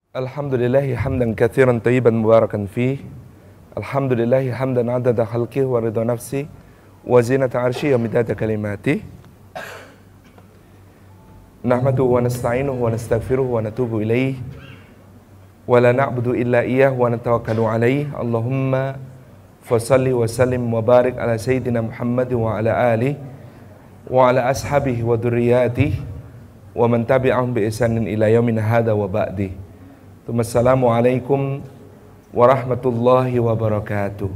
Alhamdulillahi hamdan katsiran tayyiban mubarakan fih. Alhamdulillahi hamdan adada khalqih wa ridha nafsi wa zinata arsyih wa midada kalimati. Nahmaduhu wa nasta'inuhu wa nastaghfiruhu wa natubu ilaih. Wa la na'budu illa iyyah wa natawakkalu alaih. Allahumma fasalli wa sallim wa barik ala sayyidina Muhammad wa ala alihi wa ala ashabihi wa dhurriyyatihi wa man tabi'ahum bi ihsanin ila yaumin hadza wa ba'di. Assalamualaikum warahmatullahi wabarakatuh.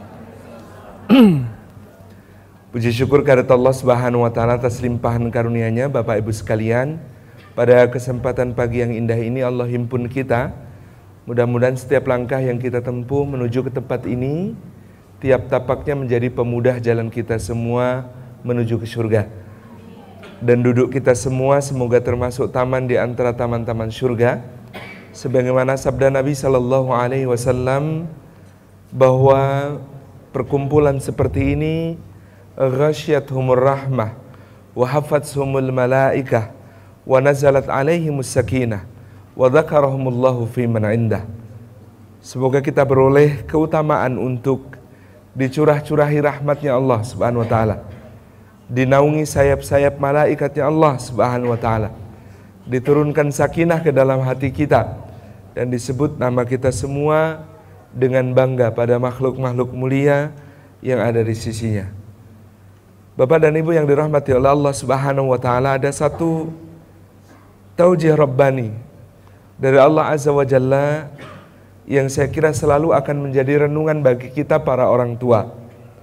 Puji syukur kehadirat Allah Subhanahu wa taala atas limpahan karunia-Nya. Bapak Ibu sekalian, pada kesempatan pagi yang indah ini Allah himpun kita. Mudah-mudahan setiap langkah yang kita tempuh menuju ke tempat ini, tiap tapaknya menjadi pemudah jalan kita semua menuju ke surga. Dan duduk kita semua semoga termasuk taman di antara taman-taman surga. Sebagaimana sabda Nabi Sallallahu Alaihi Wasallam bahwa perkumpulan seperti ini ghasyiathumur rahmah wa hafathumul malaikah wa nazalat alaihimus sakinah wa dzakarahumullahu fi man indah. Semoga kita beroleh keutamaan untuk dicurah-curahi rahmatnya Allah Subhanahu wa taala, dinaungi sayap-sayap malaikatnya Allah Subhanahu wa taala, diturunkan sakinah ke dalam hati kita, dan disebut nama kita semua dengan bangga pada makhluk-makhluk mulia yang ada di sisinya. Bapak dan Ibu yang dirahmati oleh Allah Subhanahu wa taala, ada satu taujih rabbani dari Allah Azza wa Jalla yang saya kira selalu akan menjadi renungan bagi kita para orang tua.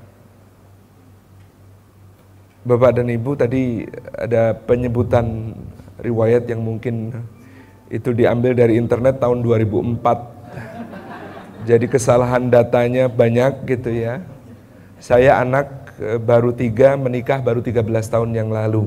Bapak dan Ibu, tadi ada penyebutan riwayat yang mungkin itu diambil dari internet tahun 2004. Jadi kesalahan datanya banyak gitu ya. Saya anak baru 3, menikah baru 13 tahun yang lalu.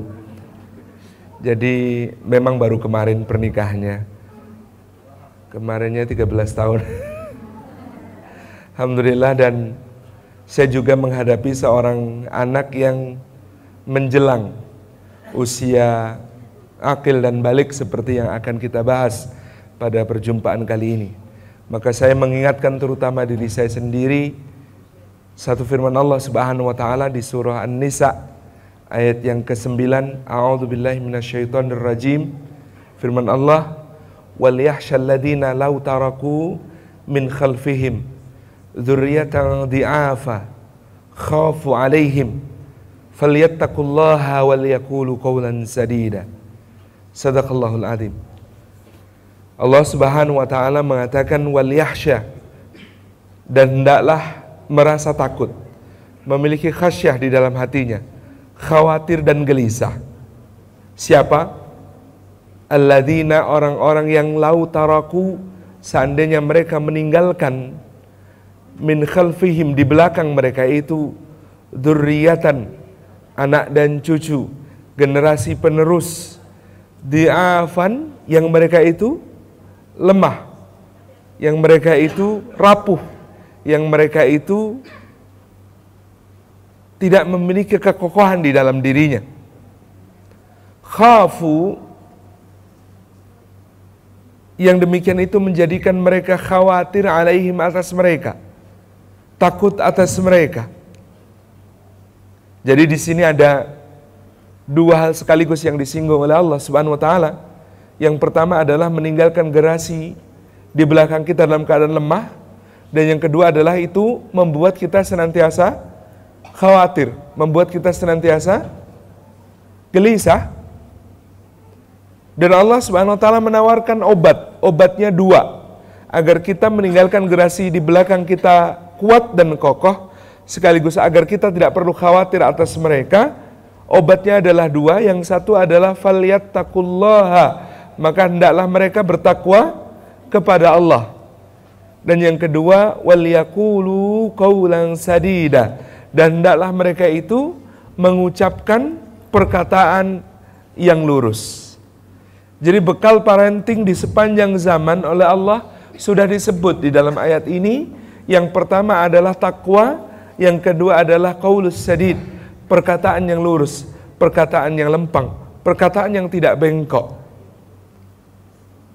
Jadi memang baru kemarin pernikahannya. Kemarinnya 13 tahun. Alhamdulillah. Dan saya juga menghadapi seorang anak yang menjelang usia akil dan balik seperti yang akan kita bahas pada perjumpaan kali ini. Maka saya mengingatkan terutama diri saya sendiri satu firman Allah Subhanahu wa taala di surah An-Nisa ayat yang ke-9, a'udzubillahi minasyaitonir rajim. Firman Allah, wal yakhshal ladzina law taraku min khalfihim dzurriyyatan dhi'afa khafu 'alaihim falyattaqullaha wal yaqulu qawlan sadida. Sadaqallahul adzim. Allah Subhanahu wa taala mengatakan wal yakhsha, dan hendaklah merasa takut, memiliki khasyah di dalam hatinya, khawatir dan gelisah. Siapa? Alladzina, orang-orang yang lau taraku, seandainya mereka meninggalkan, min khalfihim, di belakang mereka itu, dzurriyatan, anak dan cucu, generasi penerus, di'afan, yang mereka itu lemah, yang mereka itu rapuh, yang mereka itu tidak memiliki kekokohan di dalam dirinya. Khafu, yang demikian itu menjadikan mereka khawatir alaihim, atas mereka, takut atas mereka. Jadi di sini ada dua hal sekaligus yang disinggung oleh Allah Subhanahu wa taala. Yang pertama adalah meninggalkan generasi di belakang kita dalam keadaan lemah, dan yang kedua adalah itu membuat kita senantiasa khawatir, membuat kita senantiasa gelisah. Dan Allah Subhanahu wa taala menawarkan obatnya dua, agar kita meninggalkan generasi di belakang kita kuat dan kokoh, sekaligus agar kita tidak perlu khawatir atas mereka. Obatnya adalah dua. Yang satu adalah falyattaqullaha, maka hendaklah mereka bertakwa kepada Allah. Dan yang kedua wal yaqulu qawlan sadida, dan hendaklah mereka itu mengucapkan perkataan yang lurus. Jadi bekal parenting di sepanjang zaman oleh Allah sudah disebut di dalam ayat ini. Yang pertama adalah takwa, yang kedua adalah qaulus sadid, perkataan yang lurus, perkataan yang lempang, perkataan yang tidak bengkok.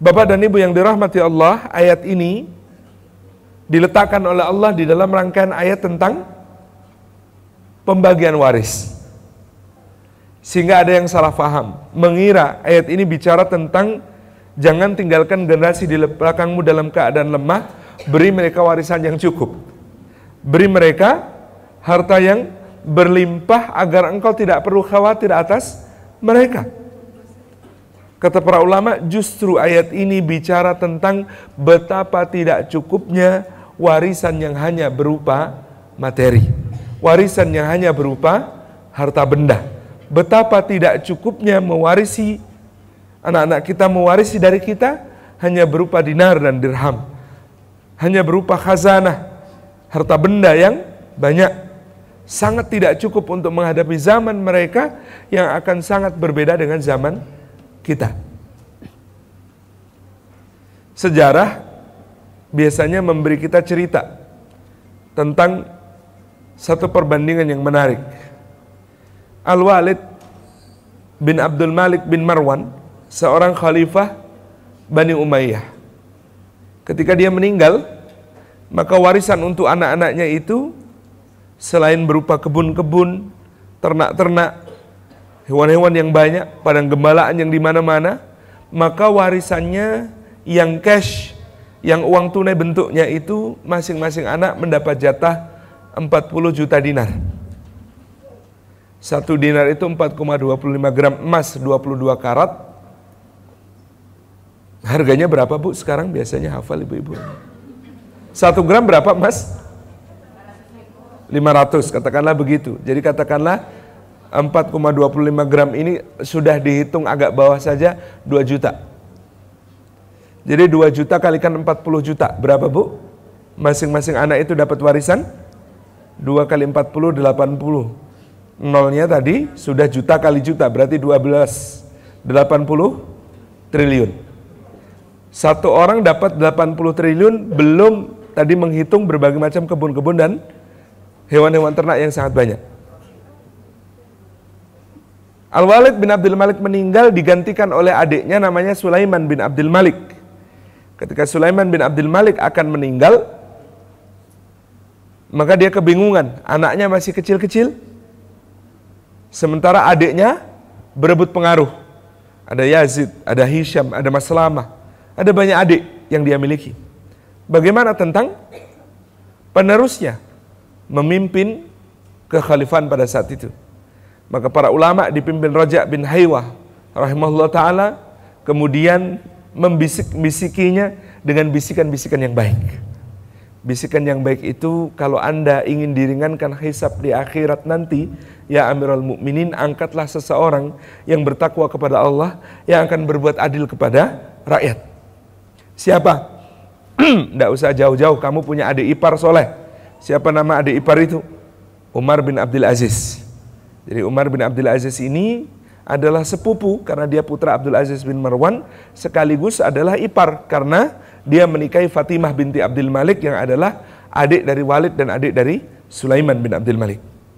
Bapak dan Ibu yang dirahmati Allah, ayat ini diletakkan oleh Allah di dalam rangkaian ayat tentang pembagian waris. Sehingga ada yang salah paham, mengira ayat ini bicara tentang jangan tinggalkan generasi di belakangmu dalam keadaan lemah, beri mereka warisan yang cukup. Beri mereka harta yang berlimpah agar engkau tidak perlu khawatir atas mereka. Kata para ulama, justru ayat ini bicara tentang betapa tidak cukupnya warisan yang hanya berupa materi. Warisan yang hanya berupa harta benda. Betapa tidak cukupnya mewarisi, anak-anak kita mewarisi dari kita hanya berupa dinar dan dirham. Hanya berupa khazanah, harta benda yang banyak. Sangat tidak cukup untuk menghadapi zaman mereka yang akan sangat berbeda dengan zaman kita. Sejarah biasanya memberi kita cerita tentang satu perbandingan yang menarik. Al-Walid bin Abdul Malik bin Marwan, seorang khalifah Bani Umayyah. Ketika dia meninggal, maka warisan untuk anak-anaknya itu selain berupa kebun-kebun, ternak-ternak, hewan-hewan yang banyak, padang gembalaan yang di mana-mana, maka warisannya yang cash, yang uang tunai bentuknya itu masing-masing anak mendapat jatah 40 juta dinar. Satu dinar itu 4,25 gram emas 22 karat. Harganya berapa Bu sekarang biasanya, hafal ibu-ibu? 1 gram berapa emas? 500, katakanlah begitu. Jadi katakanlah 4,25 gram ini sudah dihitung agak bawah saja 2 juta. Jadi 2 juta kalikan 40 juta, berapa Bu? Masing-masing anak itu dapat warisan 2 kali 40, 80. Nolnya tadi sudah juta kali juta, berarti 80 triliun. Satu orang dapat 80 triliun, belum tadi menghitung berbagai macam kebun-kebun dan hewan-hewan ternak yang sangat banyak. Al-Walid bin Abdul Malik meninggal, digantikan oleh adiknya namanya Sulaiman bin Abdul Malik. Ketika Sulaiman bin Abdul Malik akan meninggal, maka dia kebingungan, anaknya masih kecil-kecil, sementara adiknya berebut pengaruh. Ada Yazid, ada Hisham, ada Maslamah, ada banyak adik yang dia miliki. Bagaimana tentang penerusnya memimpin kekhalifahan pada saat itu? Maka para ulama dipimpin Raja' bin Haywah rahimahullah ta'ala kemudian membisik-bisikinya dengan bisikan-bisikan yang baik. Bisikan yang baik itu, kalau Anda ingin diringankan hisab di akhirat nanti, ya Amirul Mukminin, angkatlah seseorang yang bertakwa kepada Allah, yang akan berbuat adil kepada rakyat. Siapa? Tidak usah jauh-jauh, kamu punya adik ipar soleh. Siapa nama adik ipar itu? Umar bin Abdul Aziz. Jadi Umar bin Abdul Aziz ini adalah sepupu karena dia putra Abdul Aziz bin Marwan, sekaligus adalah ipar karena dia menikahi Fatimah binti Abdul Malik yang adalah adik dari Walid dan adik dari Sulaiman bin Abdul Malik.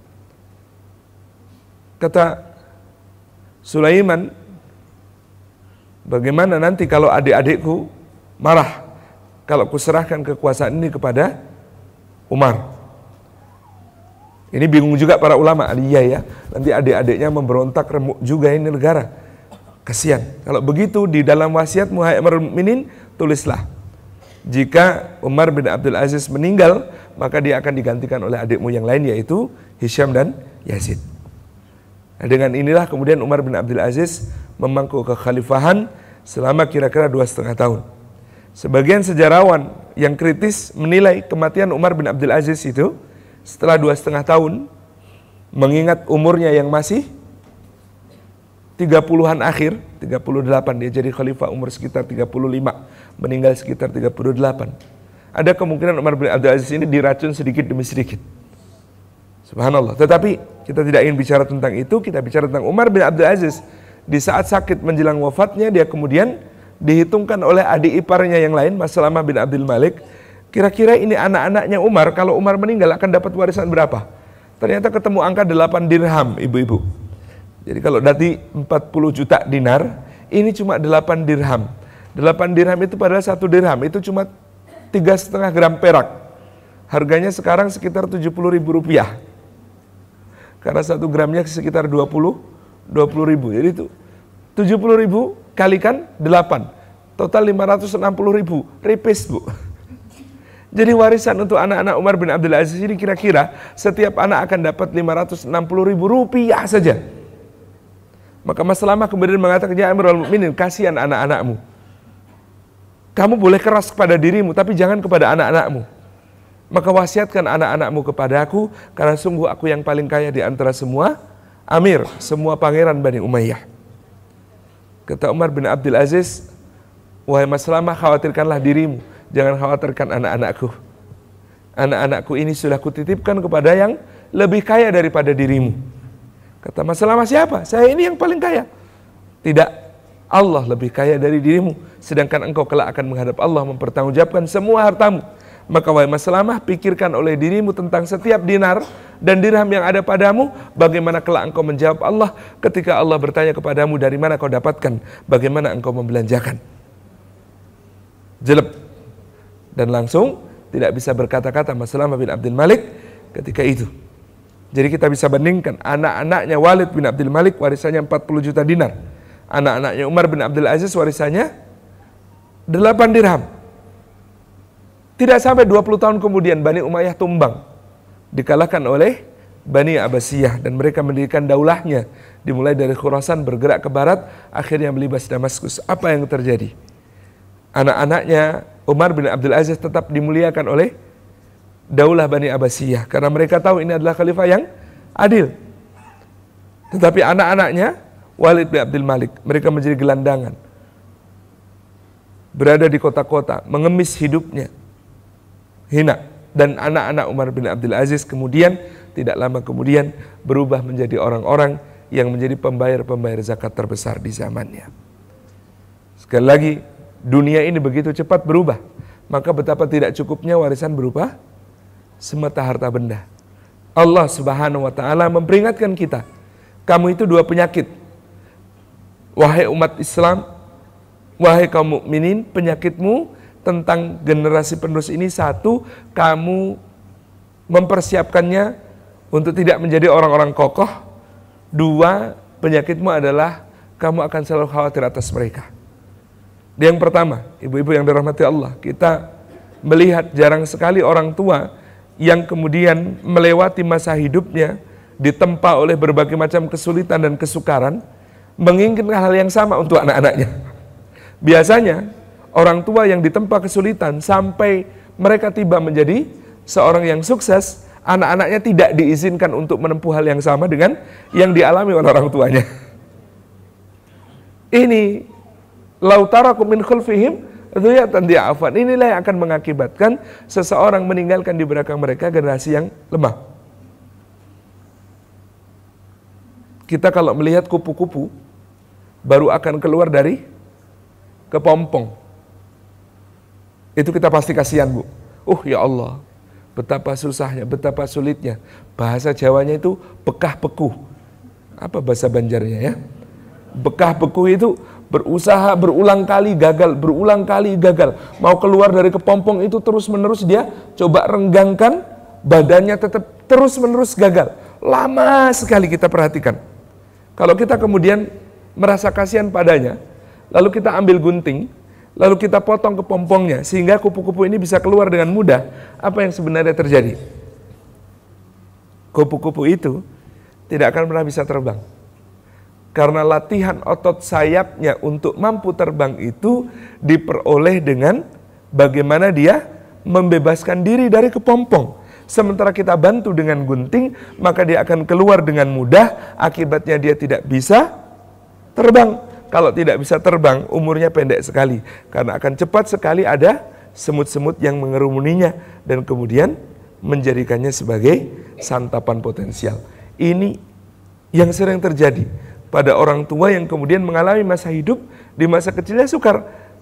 Kata Sulaiman, bagaimana nanti kalau adik-adikku marah kalau kuserahkan kekuasaan ini kepada Umar? Ini bingung juga para ulama. Iya ya, nanti adik-adiknya memberontak, remuk juga ini negara. Kasihan. Kalau begitu di dalam wasiatmu hai Amirul Mukminin, tulislah, jika Umar bin Abdul Aziz meninggal, maka dia akan digantikan oleh adikmu yang lain, yaitu Hisham dan Yazid. Nah, dengan inilah kemudian Umar bin Abdul Aziz memangku kekhalifahan selama kira-kira 2,5 tahun. Sebagian sejarawan yang kritis menilai kematian Umar bin Abdul Aziz itu setelah 2,5 tahun, mengingat umurnya yang masih 30-an akhir, 38, dia jadi khalifah umur sekitar 35, meninggal sekitar 38. Ada kemungkinan Umar bin Abdul Aziz ini diracun sedikit demi sedikit. Subhanallah. Tetapi kita tidak ingin bicara tentang itu, kita bicara tentang Umar bin Abdul Aziz. Di saat sakit menjelang wafatnya, dia kemudian dihitungkan oleh adik iparnya yang lain, Maslamah bin Abdul Malik. Kira-kira ini anak-anaknya Umar, kalau Umar meninggal akan dapat warisan berapa? Ternyata ketemu angka 8 dirham, ibu-ibu. Jadi kalau tadi 40 juta dinar, ini cuma 8 dirham. 8 dirham itu padahal 1 dirham itu cuma 3,5 gram perak. Harganya sekarang sekitar 70.000 rupiah. Karena 1 gramnya sekitar 20.000. Jadi itu 70.000 kalikan 8. Total 560.000. Ripis, Bu. Jadi warisan untuk anak-anak Umar bin Abdul Aziz ini kira-kira setiap anak akan dapat 560.000 rupiah saja. Maka Mas Salamah kemudian mengatakan, ya Amirul Mukminin, kasihan anak-anakmu. Kamu boleh keras kepada dirimu, tapi jangan kepada anak-anakmu. Maka wasiatkan anak-anakmu kepadaku, karena sungguh aku yang paling kaya di antara semua amir, semua pangeran Bani Umayyah. Kata Umar bin Abdul Aziz, wahai Mas Salamah, khawatirkanlah dirimu, jangan khawatirkan anak-anakku. Anak-anakku ini sudah kutitipkan kepada yang lebih kaya daripada dirimu. Kata Mas Salamah, siapa? Saya ini yang paling kaya. Tidak, Allah lebih kaya dari dirimu, sedangkan engkau kelak akan menghadap Allah mempertanggungjawabkan semua hartamu. Maka wahai Mas Salamah, pikirkan oleh dirimu tentang setiap dinar dan dirham yang ada padamu, bagaimana kelak engkau menjawab Allah ketika Allah bertanya kepadamu, dari mana kau dapatkan, bagaimana engkau membelanjakan. Jelek. Dan langsung tidak bisa berkata-kata Mas Salamah bin Abdul Malik ketika itu. Jadi kita bisa bandingkan anak-anaknya Walid bin Abdul Malik warisannya 40 juta dinar. Anak-anaknya Umar bin Abdul Aziz warisannya 8 dirham. Tidak sampai 20 tahun kemudian Bani Umayyah tumbang. Dikalahkan oleh Bani Abbasiyah dan mereka mendirikan daulahnya. Dimulai dari Khurasan bergerak ke barat, akhirnya melibas Damaskus. Apa yang terjadi? Anak-anaknya Umar bin Abdul Aziz tetap dimuliakan oleh daulah Bani Abbasiyah karena mereka tahu ini adalah khalifah yang adil. Tetapi anak-anaknya Walid bin Abdul Malik, mereka menjadi gelandangan, berada di kota-kota, mengemis hidupnya, hina. Dan anak-anak Umar bin Abdul Aziz kemudian tidak lama kemudian berubah menjadi orang-orang yang menjadi pembayar-pembayar zakat terbesar di zamannya. Sekali lagi, dunia ini begitu cepat berubah, maka betapa tidak cukupnya warisan berupa semata harta benda. Allah Subhanahu wa taala memperingatkan kita, kamu itu 2 penyakit. Wahai umat Islam, wahai kaum mukminin, penyakitmu tentang generasi penerus ini, 1, kamu mempersiapkannya untuk tidak menjadi orang-orang kokoh. 2, penyakitmu adalah kamu akan selalu khawatir atas mereka. Yang pertama, ibu-ibu yang dirahmati Allah, kita melihat jarang sekali orang tua yang kemudian melewati masa hidupnya ditempa oleh berbagai macam kesulitan dan kesukaran menginginkan hal yang sama untuk anak-anaknya. Biasanya orang tua yang ditempa kesulitan sampai mereka tiba menjadi seorang yang sukses, anak-anaknya tidak diizinkan untuk menempuh hal yang sama dengan yang dialami oleh orang tuanya. Ini lautarakum min khulfihim dzurriyyatan di'afan. Inilah yang akan mengakibatkan seseorang meninggalkan di belakang mereka generasi yang lemah. Kita kalau melihat kupu-kupu baru akan keluar dari kepompong, itu kita pasti kasihan, Bu. Ya Allah, betapa susahnya, betapa sulitnya. Bahasa Jawanya itu bekah bekuh. Apa bahasa Banjarnya ya? Bekah bekuh itu berusaha berulang kali gagal, berulang kali gagal. Mau keluar dari kepompong itu terus-menerus dia coba renggangkan, badannya tetap terus-menerus gagal. Lama sekali kita perhatikan. Kalau kita kemudian merasa kasihan padanya, lalu kita ambil gunting, lalu kita potong kepompongnya sehingga kupu-kupu ini bisa keluar dengan mudah, apa yang sebenarnya terjadi? Kupu-kupu itu tidak akan pernah bisa terbang. Karena latihan otot sayapnya untuk mampu terbang itu diperoleh dengan bagaimana dia membebaskan diri dari kepompong. Sementara kita bantu dengan gunting, maka dia akan keluar dengan mudah, akibatnya dia tidak bisa terbang. Kalau tidak bisa terbang, umurnya pendek sekali. Karena akan cepat sekali ada semut-semut yang mengerumuninya dan kemudian menjadikannya sebagai santapan potensial. Ini yang sering terjadi pada orang tua yang kemudian mengalami masa hidup di masa kecilnya sukar.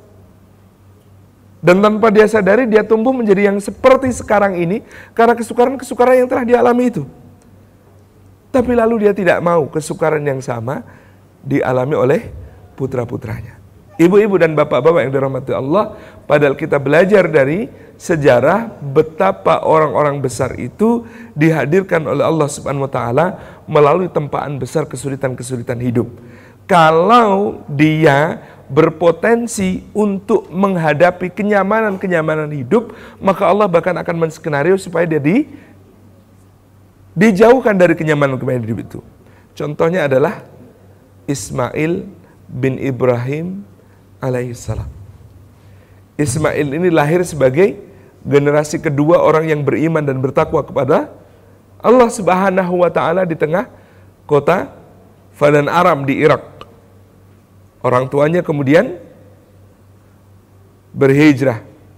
Dan tanpa dia sadari dia tumbuh menjadi yang seperti sekarang ini karena kesukaran-kesukaran yang telah dialami itu. Tapi lalu dia tidak mau kesukaran yang sama dialami oleh putra-putranya. Ibu-ibu dan bapak-bapak yang dirahmati Allah, padahal kita belajar dari sejarah betapa orang-orang besar itu dihadirkan oleh Allah Subhanahu wa taala melalui tempaan besar kesulitan-kesulitan hidup. Kalau dia berpotensi untuk menghadapi kenyamanan-kenyamanan hidup, maka Allah bahkan akan menskenario supaya dia dijauhkan dari kenyamanan-kenyamanan hidup itu. Contohnya adalah Ismail bin Ibrahim alaihissalam. Ismail ini lahir sebagai generasi kedua orang yang beriman dan bertakwa kepada Allah Subhanahu wa taala di tengah kota Padan Aram di Irak. Orang tuanya kemudian berhijrah.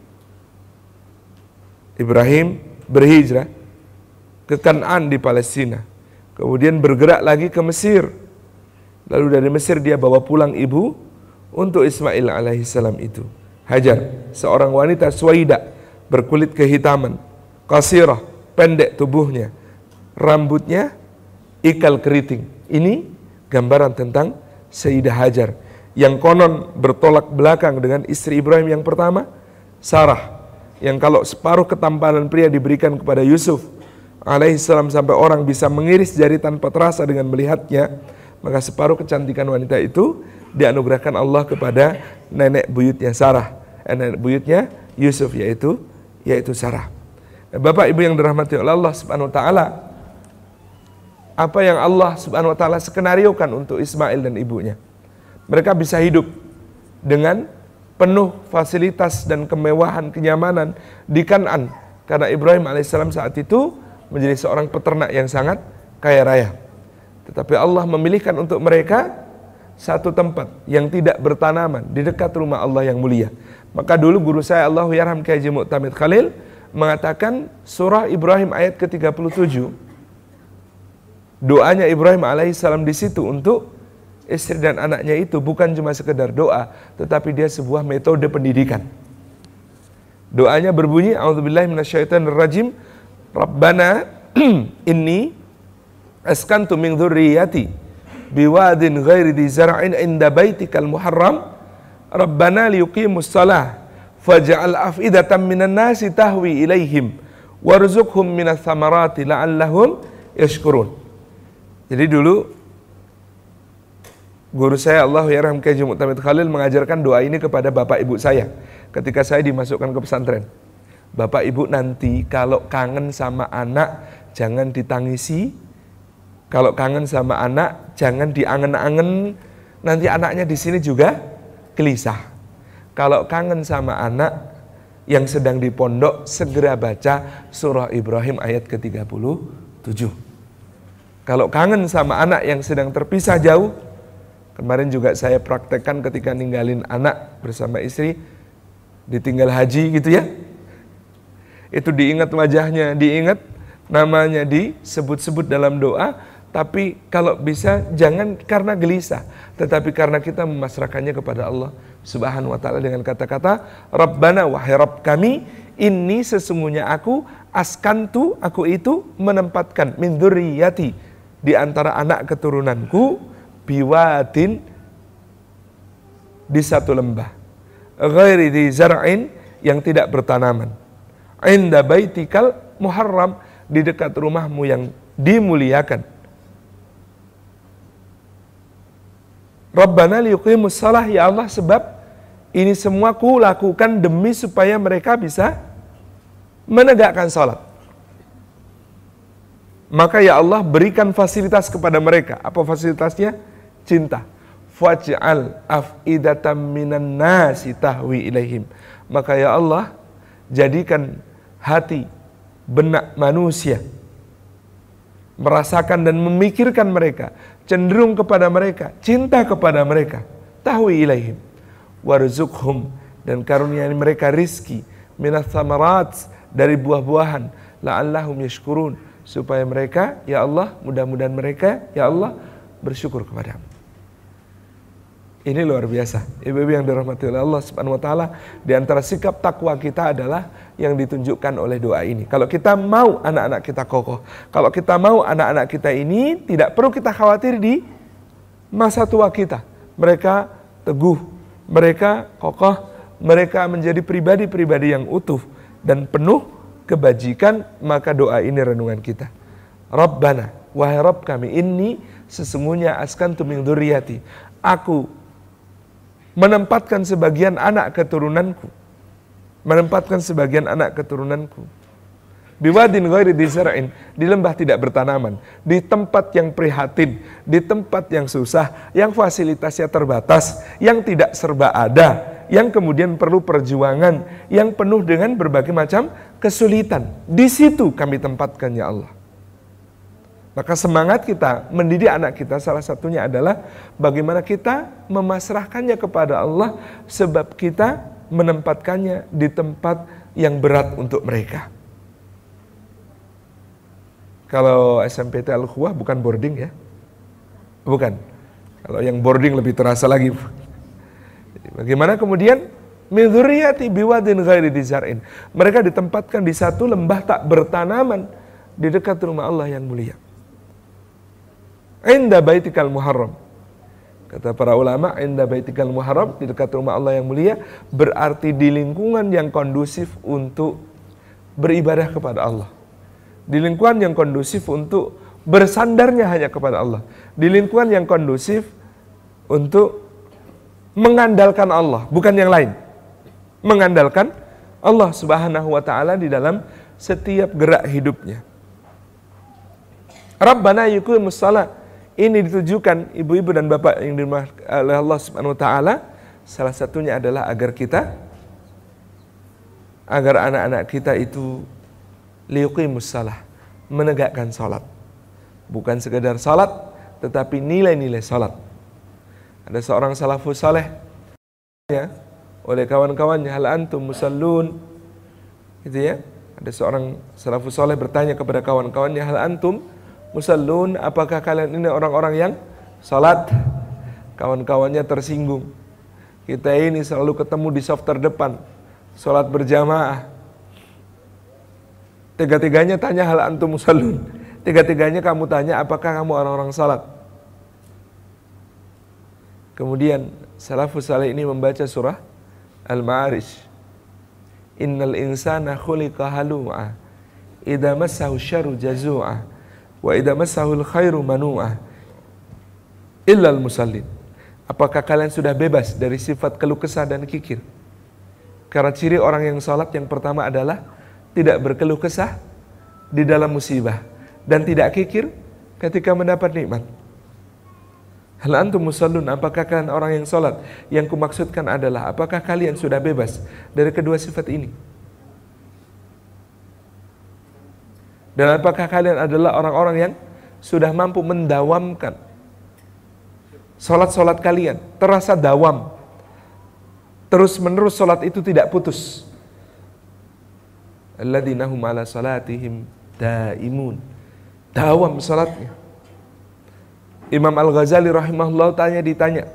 Ibrahim berhijrah ke Kan'an di Palestina. Kemudian bergerak lagi ke Mesir. Lalu dari Mesir dia bawa pulang ibu untuk Ismail alaihissalam itu. Hajar, seorang wanita Suwaida, berkulit kehitaman, qasirah, pendek tubuhnya, rambutnya ikal keriting. Ini gambaran tentang Sayyidah Hajar yang konon bertolak belakang dengan istri Ibrahim yang pertama, Sarah, yang kalau separuh ketampanan pria diberikan kepada Yusuf alaihissalam sampai orang bisa mengiris jari tanpa terasa dengan melihatnya, maka separuh kecantikan wanita itu dianugerahkan Allah kepada nenek buyutnya Sarah, nenek buyutnya Yusuf yaitu Sarah. Bapak Ibu yang dirahmati oleh Allah Subhanahu wa taala, apa yang Allah Subhanahu wa taala skenariokan untuk Ismail dan ibunya? Mereka bisa hidup dengan penuh fasilitas dan kemewahan, kenyamanan di Kan'an karena Ibrahim alaihissalam saat itu menjadi seorang peternak yang sangat kaya raya. Tetapi Allah memilihkan untuk mereka satu tempat yang tidak bertanaman di dekat rumah Allah yang mulia. Maka dulu guru saya Allahyarham Kyai Haji Mu'tamid Khalil mengatakan surah Ibrahim ayat ke-37, doanya Ibrahim alaihissalam di situ untuk istri dan anaknya itu bukan cuma sekedar doa, tetapi dia sebuah metode pendidikan. Doanya berbunyi, a'udzubillahi minasyaitonirrajim, Rabbana inni askantu min dzurriyyati biwadin ghairi dzi zar'in inda baitikal muharram Rabbana liyuqimus shalah faj'al af'idatan minan nasi tahwi ilaihim warzuqhum minas tsamarati la'allahum yashkurun. Jadi dulu guru saya Allahyarham Kyai Haji Mu'tamid Khalil mengajarkan doa ini kepada bapak ibu saya ketika saya dimasukkan ke pesantren. Bapak ibu nanti kalau kangen sama anak jangan ditangisi, kalau kangen sama anak jangan diangen-angen, nanti anaknya di sini juga gelisah. Kalau kangen sama anak yang sedang di pondok, segera baca surah Ibrahim ayat ke-37. Kalau kangen sama anak yang sedang terpisah jauh, kemarin juga saya praktekkan ketika ninggalin anak bersama istri, ditinggal haji gitu ya. Itu diingat wajahnya, diingat namanya, disebut-sebut dalam doa. Tapi kalau bisa jangan karena gelisah, tetapi karena kita memasrahkannya kepada Allah Subhanahu wa taala dengan kata-kata Rabbana, wahai Rabb kami, ini sesungguhnya aku askantu, aku itu menempatkan min dzurriyyati, di antara anak keturunanku, biwadin, di satu lembah, ghairi dzi zar'in, yang tidak bertanaman, inda baitikal muharram, di dekat rumahmu yang dimuliakan. Rabbana liyuqimus shalah, ya Allah, sebab ini semua ku lakukan demi supaya mereka bisa menegakkan salat. Maka ya Allah berikan fasilitas kepada mereka. Apa fasilitasnya? Cinta. Faj'al af'idatan minan nasi tahwi ilaihim. Maka ya Allah jadikan hati, benak manusia merasakan dan memikirkan mereka, cenderung kepada mereka, cinta kepada mereka, tahwi ilaihim, warzuqhum, dan karuniai mereka rizki, minas tsamarat, dari buah-buahan, la'allahum yashkurun, supaya mereka, ya Allah, mudah-mudahan mereka, ya Allah, bersyukur kepadamu. Ini luar biasa. Ibu-ibu yang dirahmati oleh Allah Subhanahu wa taala, di antara sikap takwa kita adalah yang ditunjukkan oleh doa ini. Kalau kita mau anak-anak kita kokoh, kalau kita mau anak-anak kita ini tidak perlu kita khawatir di masa tua kita, mereka teguh, mereka kokoh, mereka menjadi pribadi-pribadi yang utuh dan penuh kebajikan, maka doa ini renungan kita. Rabbana, wahai Rabb kami, inni sesungguhnya askantu min dzurriyyati, aku menempatkan sebagian anak keturunanku, biwadin ghairi dzi zar'in, di lembah tidak bertanaman, di tempat yang prihatin, di tempat yang susah, yang fasilitasnya terbatas, yang tidak serba ada, yang kemudian perlu perjuangan, yang penuh dengan berbagai macam kesulitan. Di situ kami tempatkan ya Allah. Maka semangat kita mendidik anak kita salah satunya adalah bagaimana kita memasrahkannya kepada Allah, sebab kita menempatkannya di tempat yang berat untuk mereka. Kalau SMPT Al-Ukhuwah bukan boarding ya. Bukan. Kalau yang boarding lebih terasa lagi. Jadi bagaimana kemudian min dzurriyyati biwadin ghairi dzi zar'in. Mereka ditempatkan di satu lembah tak bertanaman di dekat rumah Allah yang mulia. Inda baitikal muharram. Kata para ulama, inda baitikal muharram, di dekat rumah Allah yang mulia, berarti di lingkungan yang kondusif untuk beribadah kepada Allah. Di lingkungan yang kondusif untuk bersandarnya hanya kepada Allah. Di lingkungan yang kondusif untuk mengandalkan Allah, bukan yang lain. Mengandalkan Allah Subhanahu wa ta'ala di dalam setiap gerak hidupnya. Rabbana yuqimus shalah. Ini ditujukan ibu-ibu dan bapak yang dirahmati oleh Allah Subhanahu wa ta'ala. Salah satunya adalah agar anak-anak kita itu liyuqimus shalah, menegakkan salat. Bukan sekedar salat, tetapi nilai-nilai salat. Ada seorang salafus saleh ya, oleh kawan-kawannya, hal antum musallun, gitu ya. Ada seorang salafus saleh bertanya kepada kawan-kawannya, hal antum musallun, apakah kalian ini orang-orang yang salat? Kawan-kawannya tersinggung. Kita ini selalu ketemu di saf terdepan, salat berjamaah. Tiga-tiganya tanya hal antum musallun. Tiga-tiganya kamu tanya apakah kamu orang-orang salat. Kemudian salafus saleh ini membaca surah Al-Ma'arij. Innal insana khuliqa halu'a, idza massahu syarru jazu'a, wa idza massahu khairu manu'a, illal musallin. Apakah kalian sudah bebas dari sifat keluh kesah dan kikir? Karena ciri orang yang salat yang pertama adalah tidak berkeluh kesah di dalam musibah dan tidak kikir ketika mendapat nikmat. Hal antum musallun, apakah kalian orang yang salat? Yang kumaksudkan adalah apakah kalian sudah bebas dari kedua sifat ini? Dan apakah kalian adalah orang-orang yang sudah mampu mendawamkan salat-salat kalian, terasa dawam, terus menerus salat itu tidak putus. Alladzina hum ala salatihim daimun, dawam salatnya. Imam Al-Ghazali rahimahullah ditanya,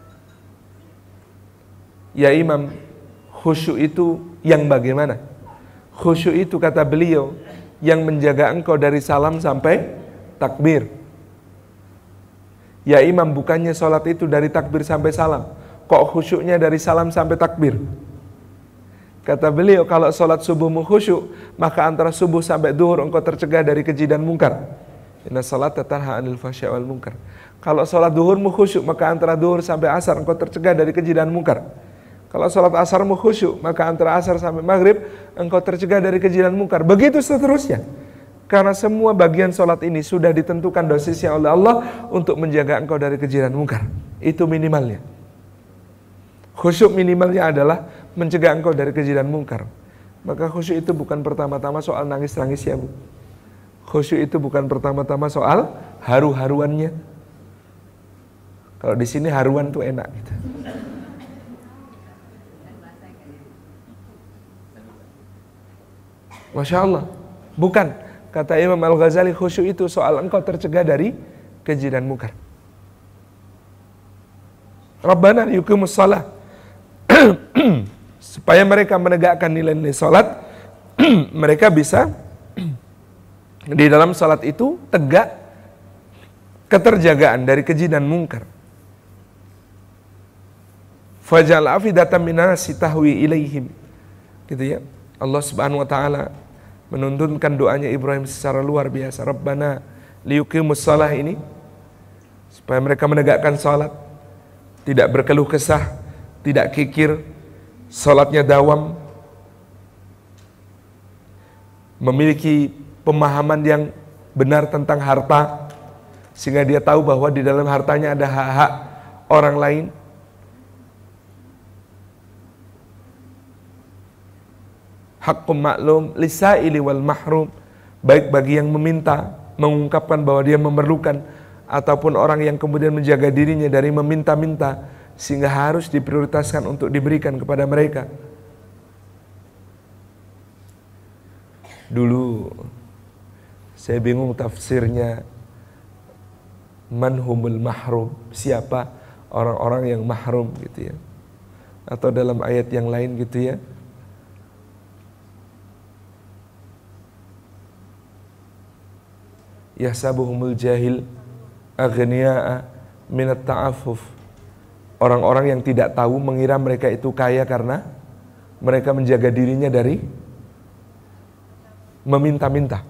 ya Imam, khusyuk itu yang bagaimana? Khusyuk itu kata beliau yang menjaga engkau dari salam sampai takbir. Ya Imam, bukannya salat itu dari takbir sampai salam, kok khusyuknya dari salam sampai takbir? Kata beliau, kalau salat subuhmu khusyuk, maka antara subuh sampai duhur engkau tercegah dari keji dan mungkar. Inna salata tanha 'anil fahsya'i wal munkar. Kalau salat duhurmu khusyuk, maka antara duhur sampai asar engkau tercegah dari keji dan mungkar. Kalau salat asarmu khusyuk, maka antara asar sampai maghrib engkau tercegah dari keji dan mungkar. Begitu seterusnya. Karena semua bagian salat ini sudah ditentukan dosisnya oleh Allah untuk menjaga engkau dari keji dan mungkar. Itu minimalnya. Khusyuk minimalnya adalah mencegah engkau dari keji dan mungkar. Maka khusyuk itu bukan pertama-tama soal nangis-nangis ya Bu. Khusyuk itu bukan pertama-tama soal haru-haruannya. Kalau di sini haruan tuh enak gitu. Masya Allah. Bukan. Kata Imam Al-Ghazali, khusyuk itu soal engkau tercegah dari keji dan mungkar. Rabbana yuqimus shalah. Supaya mereka menegakkan nilai-nilai salat, mereka bisa di dalam salat itu tegak keterjagaan dari keji dan mungkar. Faj'al afidatan minan nasi tahwi ilaihim. Gitu ya. Allah Subhanahu wa taala menuntunkan doanya Ibrahim secara luar biasa. Rabbana liyuqimus shalah ini supaya mereka menegakkan salat, tidak berkeluh kesah, tidak kikir, salatnya dawam, memiliki pemahaman yang benar tentang harta, sehingga dia tahu bahwa di dalam hartanya ada hak-hak orang lain. Haqqum ma'lum lisaili wal mahrum, baik bagi yang meminta, mengungkapkan bahwa dia memerlukan, ataupun orang yang kemudian menjaga dirinya dari meminta-minta, sehingga harus diprioritaskan untuk diberikan kepada mereka. Dulu saya bingung tafsirnya manhumul mahrum, siapa orang-orang yang mahrum gitu ya, atau dalam ayat yang lain gitu ya, yahsabuhumul jahil aghniya'a minat ta'affuf. Orang-orang yang tidak tahu mengira mereka itu kaya karena mereka menjaga dirinya dari meminta-minta.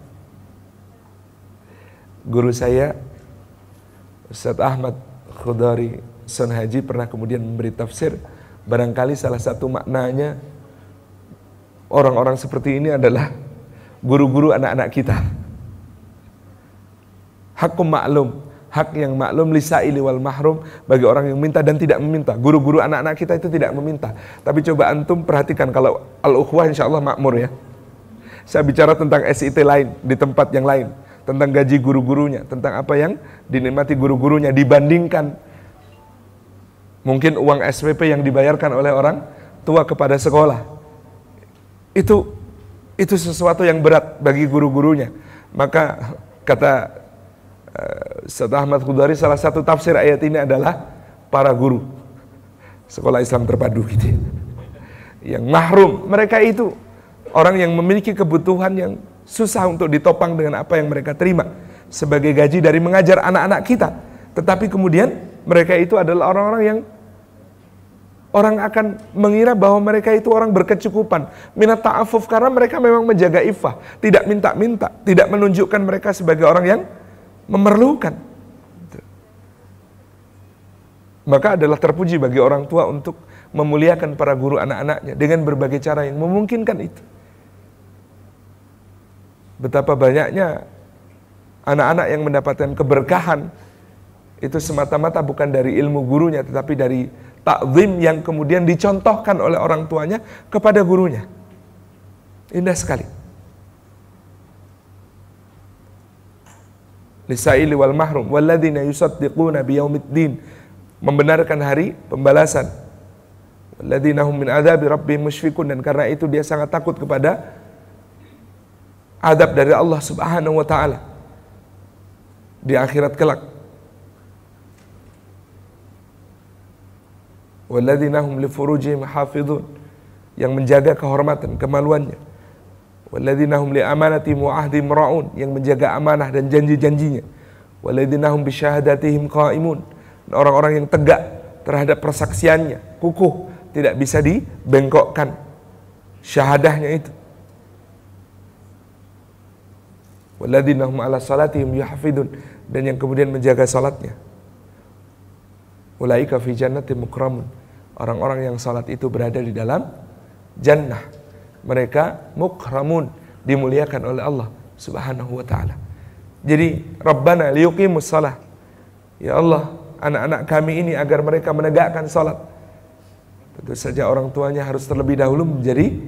Guru saya Ustaz Ahmad Khudari Son Haji pernah kemudian memberi tafsir, barangkali salah satu maknanya orang-orang seperti ini adalah guru-guru anak-anak kita. Hakum maklum, hak yang maklum lisaili wal mahrum, bagi orang yang minta dan tidak meminta. Guru-guru anak-anak kita itu tidak meminta. Tapi coba antum perhatikan, kalau al-ukhwah insya Allah makmur ya. Saya bicara tentang SIT lain, di tempat yang lain, tentang gaji guru-gurunya, tentang apa yang dinikmati guru-gurunya, dibandingkan mungkin uang SPP yang dibayarkan oleh orang tua kepada sekolah. Itu sesuatu yang berat bagi guru-gurunya. Maka kata Ustaz Ahmad Khudari, salah satu tafsir ayat ini adalah para guru sekolah Islam terpadu gitu. Yang mahrum, mereka itu orang yang memiliki kebutuhan yang susah untuk ditopang dengan apa yang mereka terima sebagai gaji dari mengajar anak-anak kita. Tetapi kemudian mereka itu adalah orang-orang yang orang akan mengira bahwa mereka itu orang berkecukupan, minat ta'afuf, karena mereka memang menjaga iffah, tidak minta-minta, tidak menunjukkan mereka sebagai orang yang memerlukan. Maka adalah terpuji bagi orang tua untuk memuliakan para guru anak-anaknya dengan berbagai cara yang memungkinkan itu. Betapa banyaknya anak-anak yang mendapatkan keberkahan itu semata-mata bukan dari ilmu gurunya, tetapi dari takzim yang kemudian dicontohkan oleh orang tuanya kepada gurunya. Indah sekali. Lisaili wal mahrum walladzina yusaddiquna biyaumiddin, membenarkan hari pembalasan. Walladzina hum min adzabi rabbihim musyfiqun, dan karena itu dia sangat takut kepada adab dari Allah Subhanahu wa taala di akhirat kelak. Walladzina hum li furujihim hafizun, yang menjaga kehormatan kemaluannya. Walladzina hum li amanatihim wa ahdihim ra'un, yang menjaga amanah dan janji-janjinya. Walladzina hum bi syahadatihim qaimun, orang-orang yang tegak terhadap persaksiannya, kukuh, tidak bisa dibengkokkan syahadahnya itu. Walladzina hum ala salatihim yuhafidun, dan yang kemudian menjaga salatnya. Ulaika fi jannatin mukramun, orang-orang yang salat itu berada di dalam jannah. Mereka mukramun, dimuliakan oleh Allah Subhanahu wa taala. Jadi Rabbana liyuqimus shalah, ya Allah, anak-anak kami ini agar mereka menegakkan salat. Tentu saja orang tuanya harus terlebih dahulu menjadi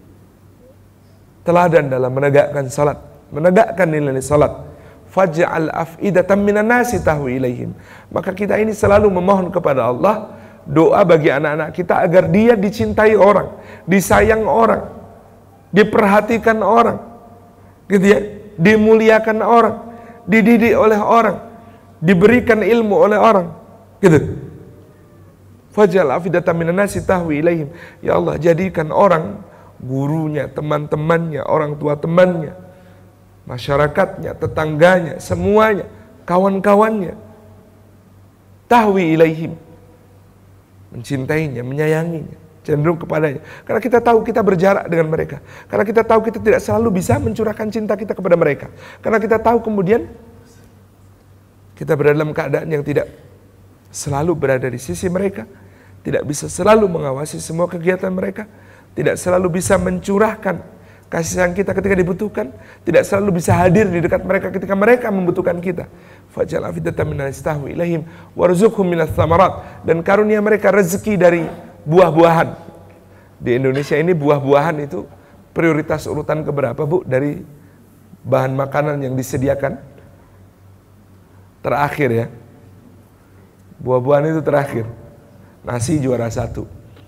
teladan dalam menegakkan salat, menegakkan nilai salat. Faj'al af'idatan minan nasi tahwi ilaihim. Maka kita ini selalu memohon kepada Allah doa bagi anak-anak kita agar dia dicintai orang, disayang orang, diperhatikan orang, gitu ya, dimuliakan orang, dididik oleh orang, diberikan ilmu oleh orang, gitu. Faj'al afidatan minan nasi tahwi ilaihim. Ya Allah, jadikan orang, gurunya, teman-temannya, orang tua temannya, masyarakatnya, tetangganya, semuanya, kawan-kawannya, tahwi ilaihim, mencintainya, menyayanginya, cenderung kepadanya. Karena kita tahu kita berjarak dengan mereka. Karena kita tahu kita tidak selalu bisa mencurahkan cinta kita kepada mereka. Karena kita tahu kemudian kita berada dalam keadaan yang tidak selalu berada di sisi mereka, tidak bisa selalu mengawasi semua kegiatan mereka, tidak selalu bisa mencurahkan kasih sayang kita ketika dibutuhkan, tidak selalu bisa hadir di dekat mereka ketika mereka membutuhkan kita. Faj'al afidatan minas tahwi ilaihim warzuqhum minas tsamarat, dan karunia mereka rezeki dari buah-buahan. Di Indonesia ini buah-buahan itu prioritas urutan keberapa, Bu, dari bahan makanan yang disediakan? Terakhir ya. Buah-buahan itu terakhir. Nasi juara 1.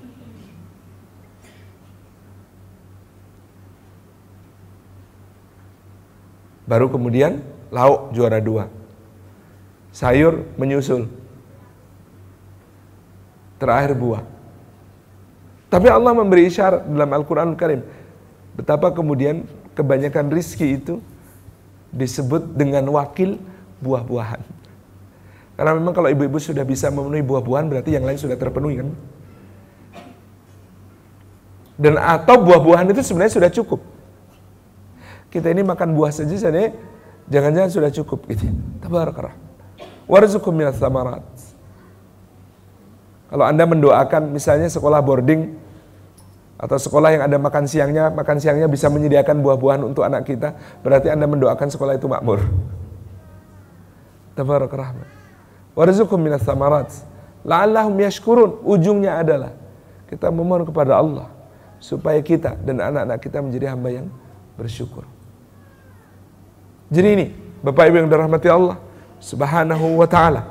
Baru kemudian lauk juara 2. Sayur menyusul. Terakhir buah. Tapi Allah memberi isyarat dalam Al-Quranul Karim betapa kemudian kebanyakan rizki itu disebut dengan wakil buah-buahan. Karena memang kalau ibu-ibu sudah bisa memenuhi buah-buahan, berarti yang lain sudah terpenuhi kan. Dan atau buah-buahan itu sebenarnya sudah cukup. Kita ini makan buah saja jangan-jangan sudah cukup gitu. Tabarakallah. Warzuqhum minas tsamarat. Kalau Anda mendoakan misalnya sekolah boarding atau sekolah yang ada makan siangnya bisa menyediakan buah-buahan untuk anak kita, berarti Anda mendoakan sekolah itu makmur. Tabarakallah. Warzuqhum minas tsamarat la'allahum yashkurun. Ujungnya adalah kita memohon kepada Allah supaya kita dan anak-anak kita menjadi hamba yang bersyukur. Jadi ini Bapak Ibu yang dirahmati Allah Subhanahu wa ta'ala,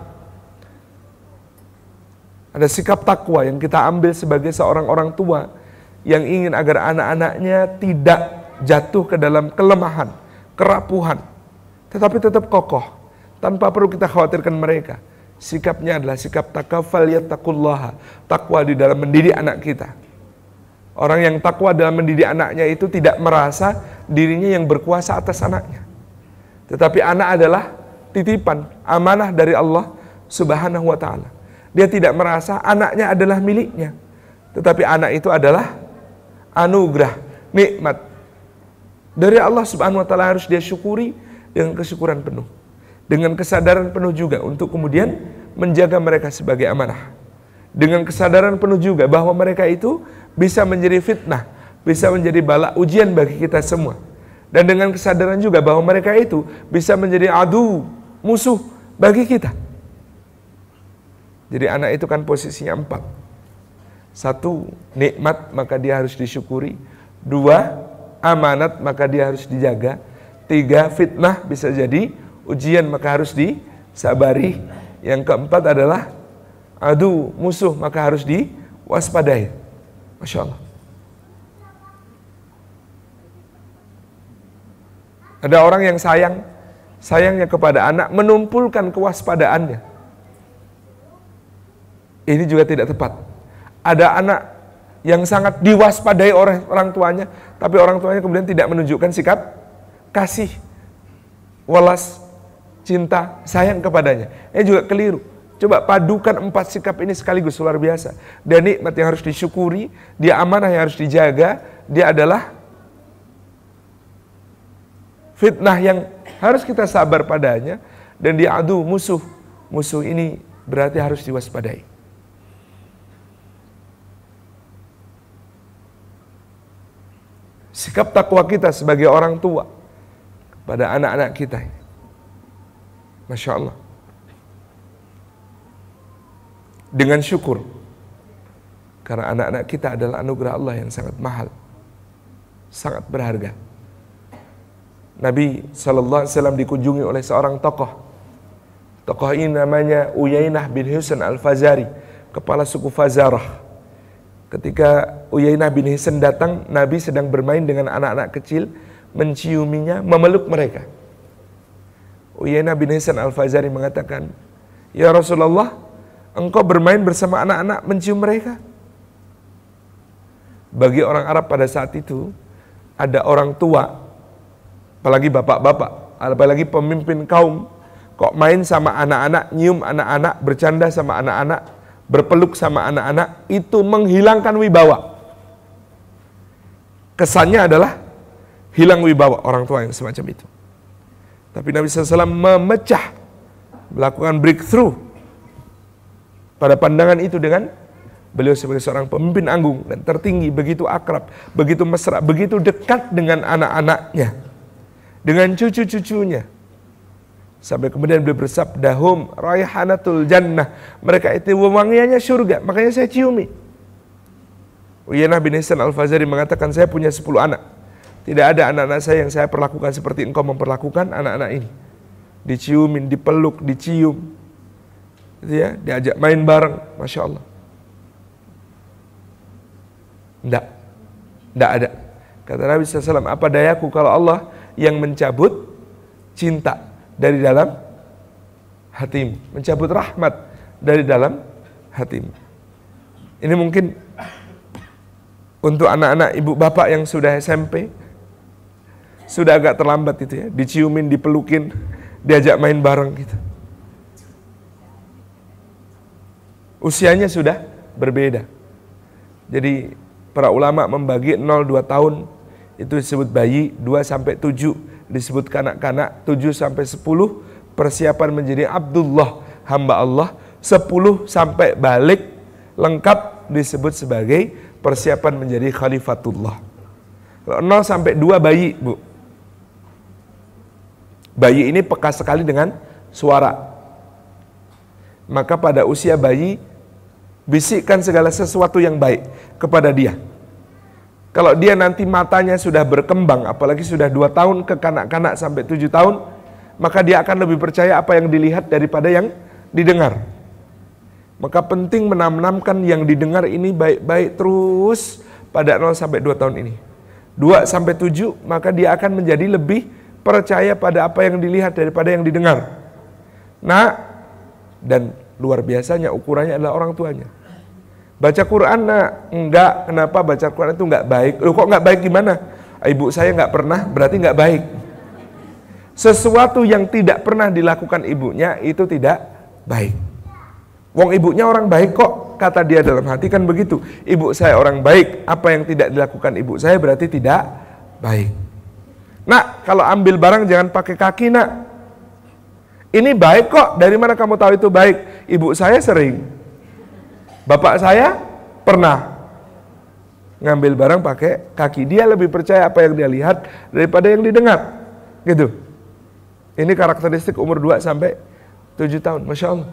ada sikap takwa yang kita ambil sebagai seorang orang tua yang ingin agar anak-anaknya tidak jatuh ke dalam kelemahan, kerapuhan, tetapi tetap kokoh tanpa perlu kita khawatirkan mereka. Sikapnya adalah sikap takafal yattaqullaha, takwa di dalam mendidik anak kita. Orang yang takwa dalam mendidik anaknya itu tidak merasa dirinya yang berkuasa atas anaknya, tetapi anak adalah titipan, amanah dari Allah Subhanahu wa ta'ala. Dia tidak merasa anaknya adalah miliknya, tetapi anak itu adalah anugerah, nikmat dari Allah Subhanahu wa ta'ala, harus dia syukuri dengan kesyukuran penuh, dengan kesadaran penuh juga untuk kemudian menjaga mereka sebagai amanah, dengan kesadaran penuh juga bahwa mereka itu bisa menjadi fitnah, bisa menjadi bala ujian bagi kita semua, dan dengan kesadaran juga bahwa mereka itu bisa menjadi adu, musuh bagi kita. Jadi anak itu kan posisinya 4. 1, nikmat, maka dia harus disyukuri. 2, amanat, maka dia harus dijaga. 3, fitnah, bisa jadi ujian, maka harus disabari. Yang keempat adalah adu, musuh, maka harus diwaspadai. Masya Allah. Ada orang yang sayangnya kepada anak menumpulkan kewaspadaannya. Ini juga tidak tepat. Ada anak yang sangat diwaspadai oleh orang tuanya, tapi orang tuanya kemudian tidak menunjukkan sikap kasih, welas, cinta, sayang kepadanya. Ini juga keliru. Coba padukan 4 sikap ini sekaligus, luar biasa. Dan nikmat yang harus disyukuri, dia amanah yang harus dijaga, dia adalah fitnah yang harus kita sabar padanya, dan dia adu, musuh. Musuh ini berarti harus diwaspadai. Sikap takwa kita sebagai orang tua pada anak-anak kita, Masya Allah, dengan syukur, karena anak-anak kita adalah anugerah Allah yang sangat mahal, sangat berharga. Nabi SAW dikunjungi oleh seorang tokoh. Tokoh ini namanya Uyainah bin Hisn al-Fazari, kepala suku Fazarah. Ketika Uyainah bin Hisn datang, Nabi sedang bermain dengan anak-anak kecil, menciuminya, memeluk mereka. Uyainah bin Hisn al-Fazari mengatakan, "Ya Rasulullah, engkau bermain bersama anak-anak, mencium mereka?" Bagi orang Arab pada saat itu, ada orang tua, apalagi bapak-bapak, apalagi pemimpin kaum, kok main sama anak-anak, nyium anak-anak, bercanda sama anak-anak, berpeluk sama anak-anak itu menghilangkan wibawa. Kesannya adalah hilang wibawa orang tua yang semacam itu. Tapi Nabi SAW memecah, melakukan breakthrough pada pandangan itu dengan beliau sebagai seorang pemimpin agung dan tertinggi, begitu akrab, begitu mesra, begitu dekat dengan anak-anaknya, dengan cucu-cucunya. Sampai kemudian beliau bersabda, hum raihanatul jannah, mereka itu wangiannya surga, makanya saya ciumi. Uyainah bin Hisan Al-Fazari mengatakan, saya punya 10 anak. Tidak ada anak-anak saya yang saya perlakukan seperti engkau memperlakukan anak-anak ini. Diciumin, dipeluk, dicium, gitu ya, diajak main bareng, Masya Allah. Tidak ada. Kata Nabi SAW, apa dayaku kalau Allah yang mencabut cinta dari dalam hatimu, mencabut rahmat dari dalam hatimu. Ini mungkin untuk anak-anak ibu bapak yang sudah SMP, sudah agak terlambat itu ya, diciumin, dipelukin, diajak main bareng gitu. Usianya sudah berbeda. Jadi para ulama membagi 0-2 tahun itu disebut bayi, 2-7 disebut kanak-kanak, 7-10 persiapan menjadi Abdullah, hamba Allah, 10 sampai balik lengkap disebut sebagai persiapan menjadi Khalifatullah. 0-2 bayi, Bu. Bayi ini peka sekali dengan suara. Maka pada usia bayi, bisikkan segala sesuatu yang baik kepada dia. Kalau dia nanti matanya sudah berkembang, apalagi sudah 2 tahun ke kanak-kanak sampai 7 tahun, maka dia akan lebih percaya apa yang dilihat daripada yang didengar. Maka penting menanamkan yang didengar ini baik-baik terus pada 0-2 tahun ini. 2-7, maka dia akan menjadi lebih percaya pada apa yang dilihat daripada yang didengar. Nah, dan luar biasanya ukurannya adalah orang tuanya. Baca Quran, nah, enggak, kenapa baca Quran itu enggak baik? Loh, kok enggak baik gimana? Ibu saya enggak pernah, berarti enggak baik. Sesuatu yang tidak pernah dilakukan ibunya itu tidak baik. Wong ibunya orang baik kok, kata dia dalam hati kan begitu. Ibu saya orang baik, apa yang tidak dilakukan ibu saya berarti tidak baik. Nak, kalau ambil barang jangan pakai kaki, nak. Ini baik kok, dari mana kamu tahu itu baik? Ibu saya sering. Bapak saya pernah ngambil barang pakai kaki. Dia lebih percaya apa yang dia lihat daripada yang didengar. Gitu. Ini karakteristik umur 2-7 tahun, Masya Allah.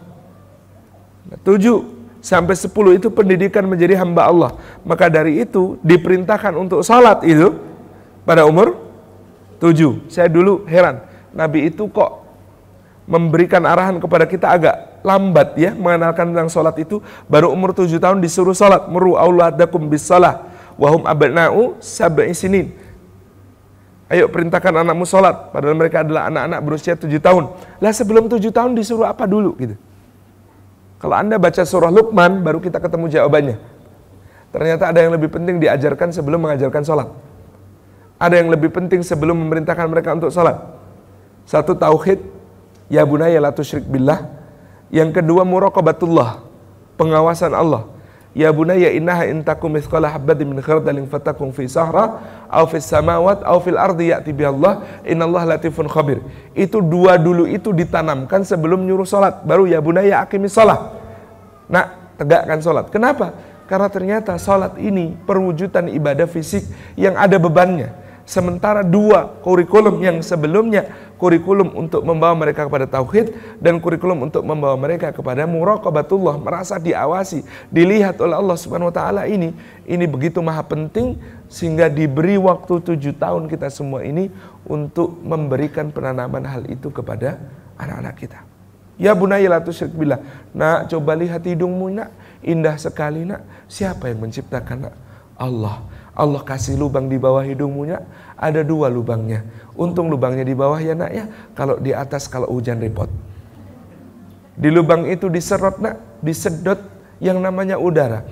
7-10 itu pendidikan menjadi hamba Allah. Maka dari itu diperintahkan untuk salat itu pada umur 7. Saya dulu heran, Nabi itu kok memberikan arahan kepada kita agak lambat ya, mengenalkan tentang sholat itu. Baru umur 7 tahun disuruh sholat. Muru auladakum bis shalah wahum abna'u sab'i sinin. Ayo perintahkan anakmu sholat, padahal mereka adalah anak-anak berusia 7 tahun. Lah sebelum 7 tahun disuruh apa dulu gitu? Kalau Anda baca surah Luqman, baru kita ketemu jawabannya. Ternyata ada yang lebih penting diajarkan sebelum mengajarkan sholat. Ada yang lebih penting sebelum memerintahkan mereka untuk sholat. Satu, tauhid, ya bunayya la tusyrik billah. Yang kedua, muraqabatullah, pengawasan Allah. Ya bunayya innaha in takum mithqala habbatin min khardalin fatakum fi sahra aw fis samawat aw fil ardi ya'ti bihallah innallaha latifun khabir. Itu dua dulu itu ditanamkan sebelum nyuruh salat. Baru ya bunayya aqimis shalah. Nah, tegakkan salat. Kenapa? Karena ternyata salat ini perwujudan ibadah fisik yang ada bebannya. Sementara dua kurikulum yang sebelumnya, kurikulum untuk membawa mereka kepada tauhid dan kurikulum untuk membawa mereka kepada muraqabatullah, merasa diawasi, dilihat oleh Allah Subhanahu wa taala ini begitu maha penting sehingga diberi waktu 7 tahun kita semua ini untuk memberikan penanaman hal itu kepada anak-anak kita. Ya bunayya la tusyrik billah. Nak, coba lihat hidungmu, nak, indah sekali, nak. Siapa yang menciptakan, nak? Allah. Allah kasih lubang di bawah hidungmu, nak. Ada 2 lubangnya. Untung lubangnya di bawah ya, nak ya. Kalau di atas kalau hujan repot. Di lubang itu diserot, nak, disedot yang namanya udara.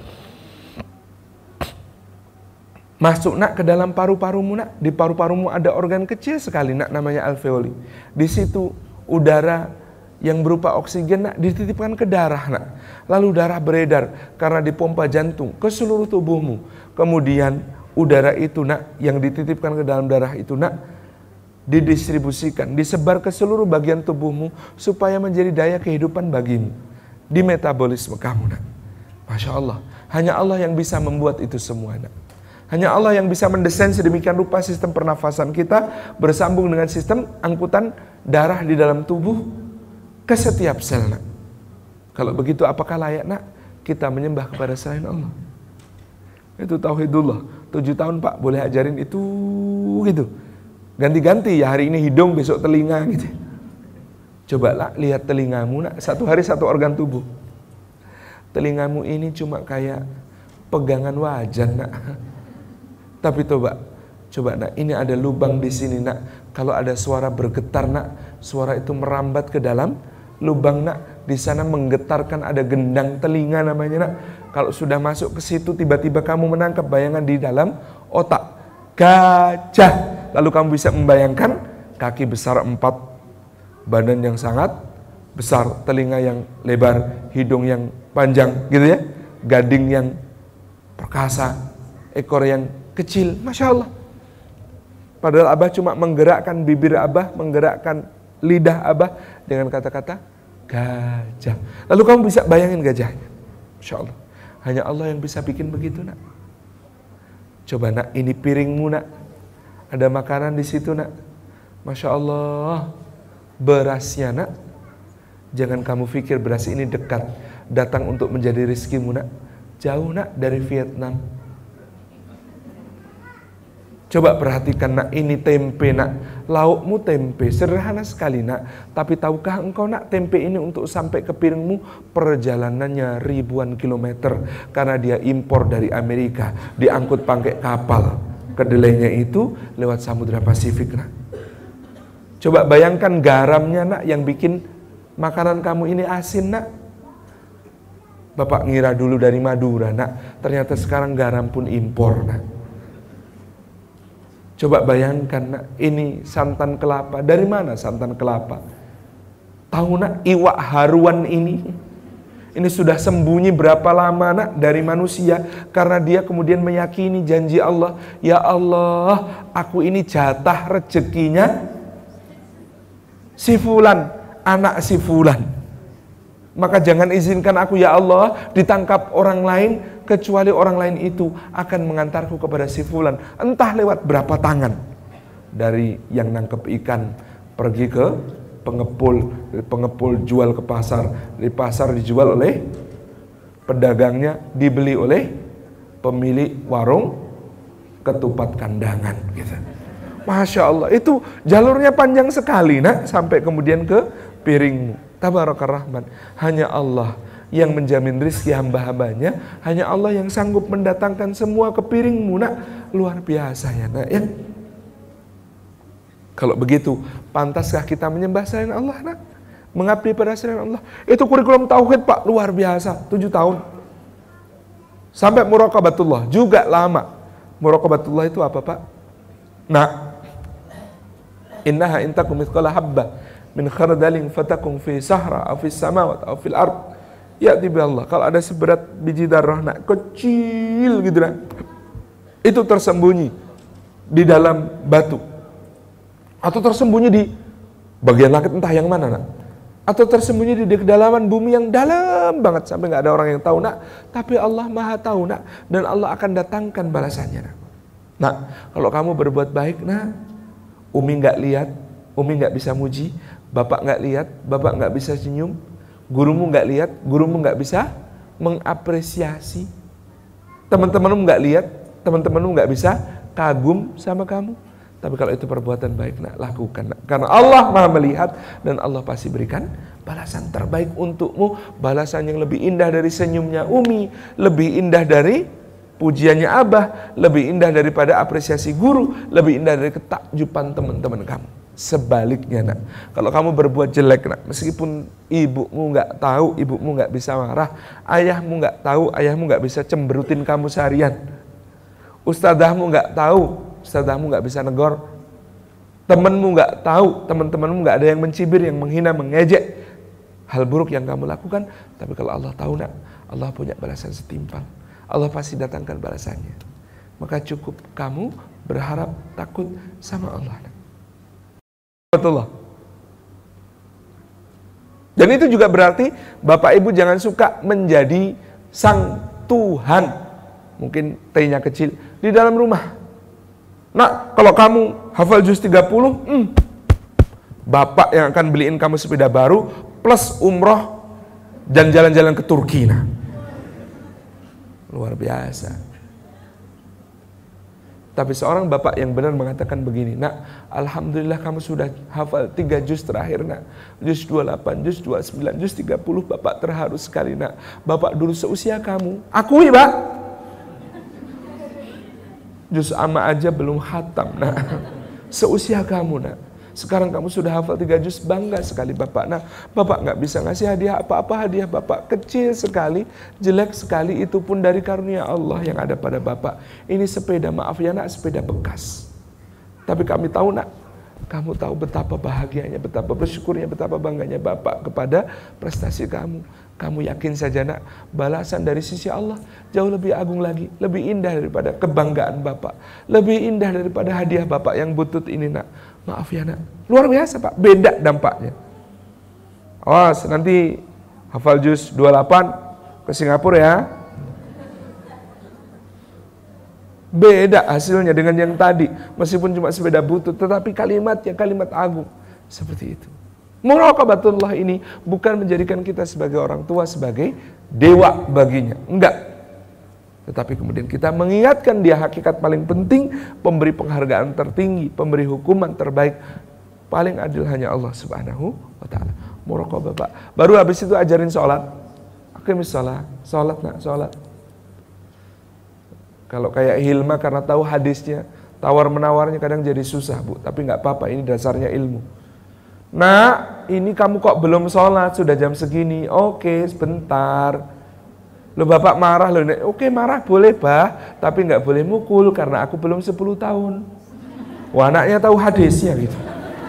Masuk, nak, ke dalam paru-parumu, nak. Di paru-parumu ada organ kecil sekali, nak, namanya alveoli. Di situ udara yang berupa oksigen nak dititipkan ke darah nak. Lalu darah beredar karena dipompa jantung ke seluruh tubuhmu. Kemudian udara itu nak yang dititipkan ke dalam darah itu nak didistribusikan, disebar ke seluruh bagian tubuhmu supaya menjadi daya kehidupan bagimu di metabolisme kamu nak. Masya Allah, hanya Allah yang bisa membuat itu semua nak. Hanya Allah yang bisa mendesain sedemikian rupa sistem pernafasan kita bersambung dengan sistem angkutan darah di dalam tubuh ke setiap sel nak. Kalau begitu apakah layak nak kita menyembah kepada selain Allah? Itu tauhidullah. 7 tahun Pak boleh ajarin itu gitu. Ganti-ganti ya, hari ini hidung, besok telinga gitu. Cobalah lihat telingamu nak, satu hari satu organ tubuh. Telingamu ini cuma kayak pegangan wajan nak. Tapi coba nak, ini ada lubang di sini nak. Kalau ada suara bergetar nak, suara itu merambat ke dalam lubang nak. Di sana menggetarkan, ada gendang telinga namanya nak. Kalau sudah masuk ke situ, tiba-tiba kamu menangkap bayangan di dalam otak. Gajah. Lalu kamu bisa membayangkan kaki besar 4, badan yang sangat besar, telinga yang lebar, hidung yang panjang gitu ya, gading yang perkasa, ekor yang kecil. Masya Allah. Padahal Abah cuma menggerakkan bibir Abah, menggerakkan lidah Abah dengan kata-kata gajah. Lalu kamu bisa bayangin gajahnya. Masya Allah. Hanya Allah yang bisa bikin begitu nak. Coba nak, ini piringmu nak, ada makanan di situ nak. Masya Allah. Berasnya nak, jangan kamu pikir beras ini dekat datang untuk menjadi rezekimu nak. Jauh nak dari Vietnam. Coba perhatikan nak, ini tempe nak. Laukmu tempe, sederhana sekali nak. Tapi tahukah engkau nak, tempe ini untuk sampai ke piringmu perjalanannya ribuan kilometer. Karena dia impor dari Amerika, diangkut pakai kapal. Kedelainya itu lewat Samudra Pasifik nak. Coba bayangkan garamnya nak yang bikin makanan kamu ini asin nak. Bapak ngira dulu dari Madura nak, ternyata sekarang garam pun impor nak. Coba bayangkan nak, ini santan kelapa. Dari mana santan kelapa? Tahu nak, iwak haruan ini sudah sembunyi berapa lama nak dari manusia. Karena dia kemudian meyakini janji Allah. Ya Allah, aku ini jatah rezekinya si fulan, anak si fulan. Maka jangan izinkan aku ya Allah ditangkap orang lain, kecuali orang lain itu akan mengantarku kepada si fulan. Entah lewat berapa tangan. Dari yang nangkep ikan pergi ke pengepul jual ke pasar. Di pasar dijual oleh pedagangnya, dibeli oleh pemilik warung ketupat kandangan gitu. Masya Allah, itu jalurnya panjang sekali nak, sampai kemudian ke piringmu. Tabarakar Rahman. Hanya Allah yang menjamin rizki hamba-hambanya. Hanya Allah yang sanggup mendatangkan semua ke piringmu nak. Luar biasa ya nak ya. Kalau begitu, pantaskah kita menyembah selain Allah nak? Mengabdi pada selain Allah? Itu kurikulum tauhid Pak, luar biasa. 7 tahun. Sampai muraqabatullah, juga lama. Muraqabatullah itu apa Pak? Nah, innaha intakum mithqala habba min khardalin fatakum fi sahra aw fis samawati aw fil ard ya'ti bi Allah. Kalau ada seberat biji darah nak, kecil gitu nak, itu tersembunyi di dalam batu, atau tersembunyi di bagian langit entah yang mana nak, atau tersembunyi di kedalaman bumi yang dalam banget sampai nggak ada orang yang tahu nak. Tapi Allah Maha tahu nak, dan Allah akan datangkan balasannya nak. Nah, kalau kamu berbuat baik nak, Umi nggak lihat, Umi nggak bisa muji, Bapak nggak lihat, Bapak nggak bisa senyum, gurumu nggak lihat, gurumu nggak bisa mengapresiasi, teman-temanmu nggak lihat, teman-temanmu nggak bisa kagum sama kamu. Tapi kalau itu perbuatan baik nak, lakukan nak. Karena Allah Maha melihat dan Allah pasti berikan balasan terbaik untukmu, balasan yang lebih indah dari senyumnya Umi, lebih indah dari pujiannya Abah, lebih indah daripada apresiasi guru, lebih indah dari ketakjuban teman-teman kamu. Sebaliknya nak, kalau kamu berbuat jelek nak, meskipun ibumu nggak tahu, ibumu nggak bisa marah, ayahmu nggak tahu, ayahmu nggak bisa cemberutin kamu seharian, ustadzahmu nggak tahu, ustadzahmu nggak bisa negor, temenmu nggak tahu, teman-temanmu nggak ada yang mencibir, yang menghina, mengejek, hal buruk yang kamu lakukan. Tapi kalau Allah tahu nak, Allah punya balasan setimpal. Allah pasti datangkan balasannya. Maka cukup kamu berharap takut sama Allah. Betul. Dan itu juga berarti Bapak Ibu jangan suka menjadi sang Tuhan. Mungkin T-nya kecil di dalam rumah. Nah, kalau kamu hafal juz 30, Bapak yang akan beliin kamu sepeda baru plus umroh dan jalan-jalan ke Turki. Nah, luar biasa. Tapi seorang bapak yang benar mengatakan begini, nak, alhamdulillah kamu sudah hafal 3 juz terakhir, nak. Juz 28, juz 29, juz 30, bapak terharu sekali, nak. Bapak dulu seusia kamu. Akui, Pak. Juz amma aja belum khatam, nak. Seusia kamu, nak. Sekarang kamu sudah hafal 3 juz, bangga sekali bapak. Nah, bapak nggak bisa ngasih hadiah apa-apa, hadiah bapak kecil sekali, jelek sekali, itu pun dari karunia Allah yang ada pada bapak. Ini sepeda, maaf ya nak, sepeda bekas. Tapi kami tahu nak, kamu tahu betapa bahagianya, betapa bersyukurnya, betapa bangganya bapak kepada prestasi kamu. Kamu yakin saja nak, balasan dari sisi Allah jauh lebih agung lagi, lebih indah daripada kebanggaan bapak, lebih indah daripada hadiah bapak yang butut ini nak. Maaf ya nak, luar biasa Pak, beda dampaknya. Awas, nanti hafal juz 28 ke Singapura ya. Beda hasilnya dengan yang tadi, meskipun cuma sepeda butut, tetapi kalimatnya kalimat agung. Seperti itu. Muraqabatullah ini bukan menjadikan kita sebagai orang tua, sebagai dewa baginya. Enggak. Tetapi kemudian kita mengingatkan dia hakikat paling penting, pemberi penghargaan tertinggi, pemberi hukuman terbaik, paling adil hanya Allah Subhanahu wa ta'ala. Muraqabah Pak. Baru habis itu ajarin sholat. Aqimis sholat. Sholat nak, sholat. Kalau kayak Hilma karena tahu hadisnya, tawar-menawarnya kadang jadi susah Bu. Tapi nggak apa-apa, ini dasarnya ilmu. Nah, ini kamu kok belum sholat, sudah jam segini. Oke, sebentar. Loh bapak marah loh, oke marah boleh bah, tapi nggak boleh mukul karena aku belum 10 tahun. Wah anaknya tahu hadisnya gitu.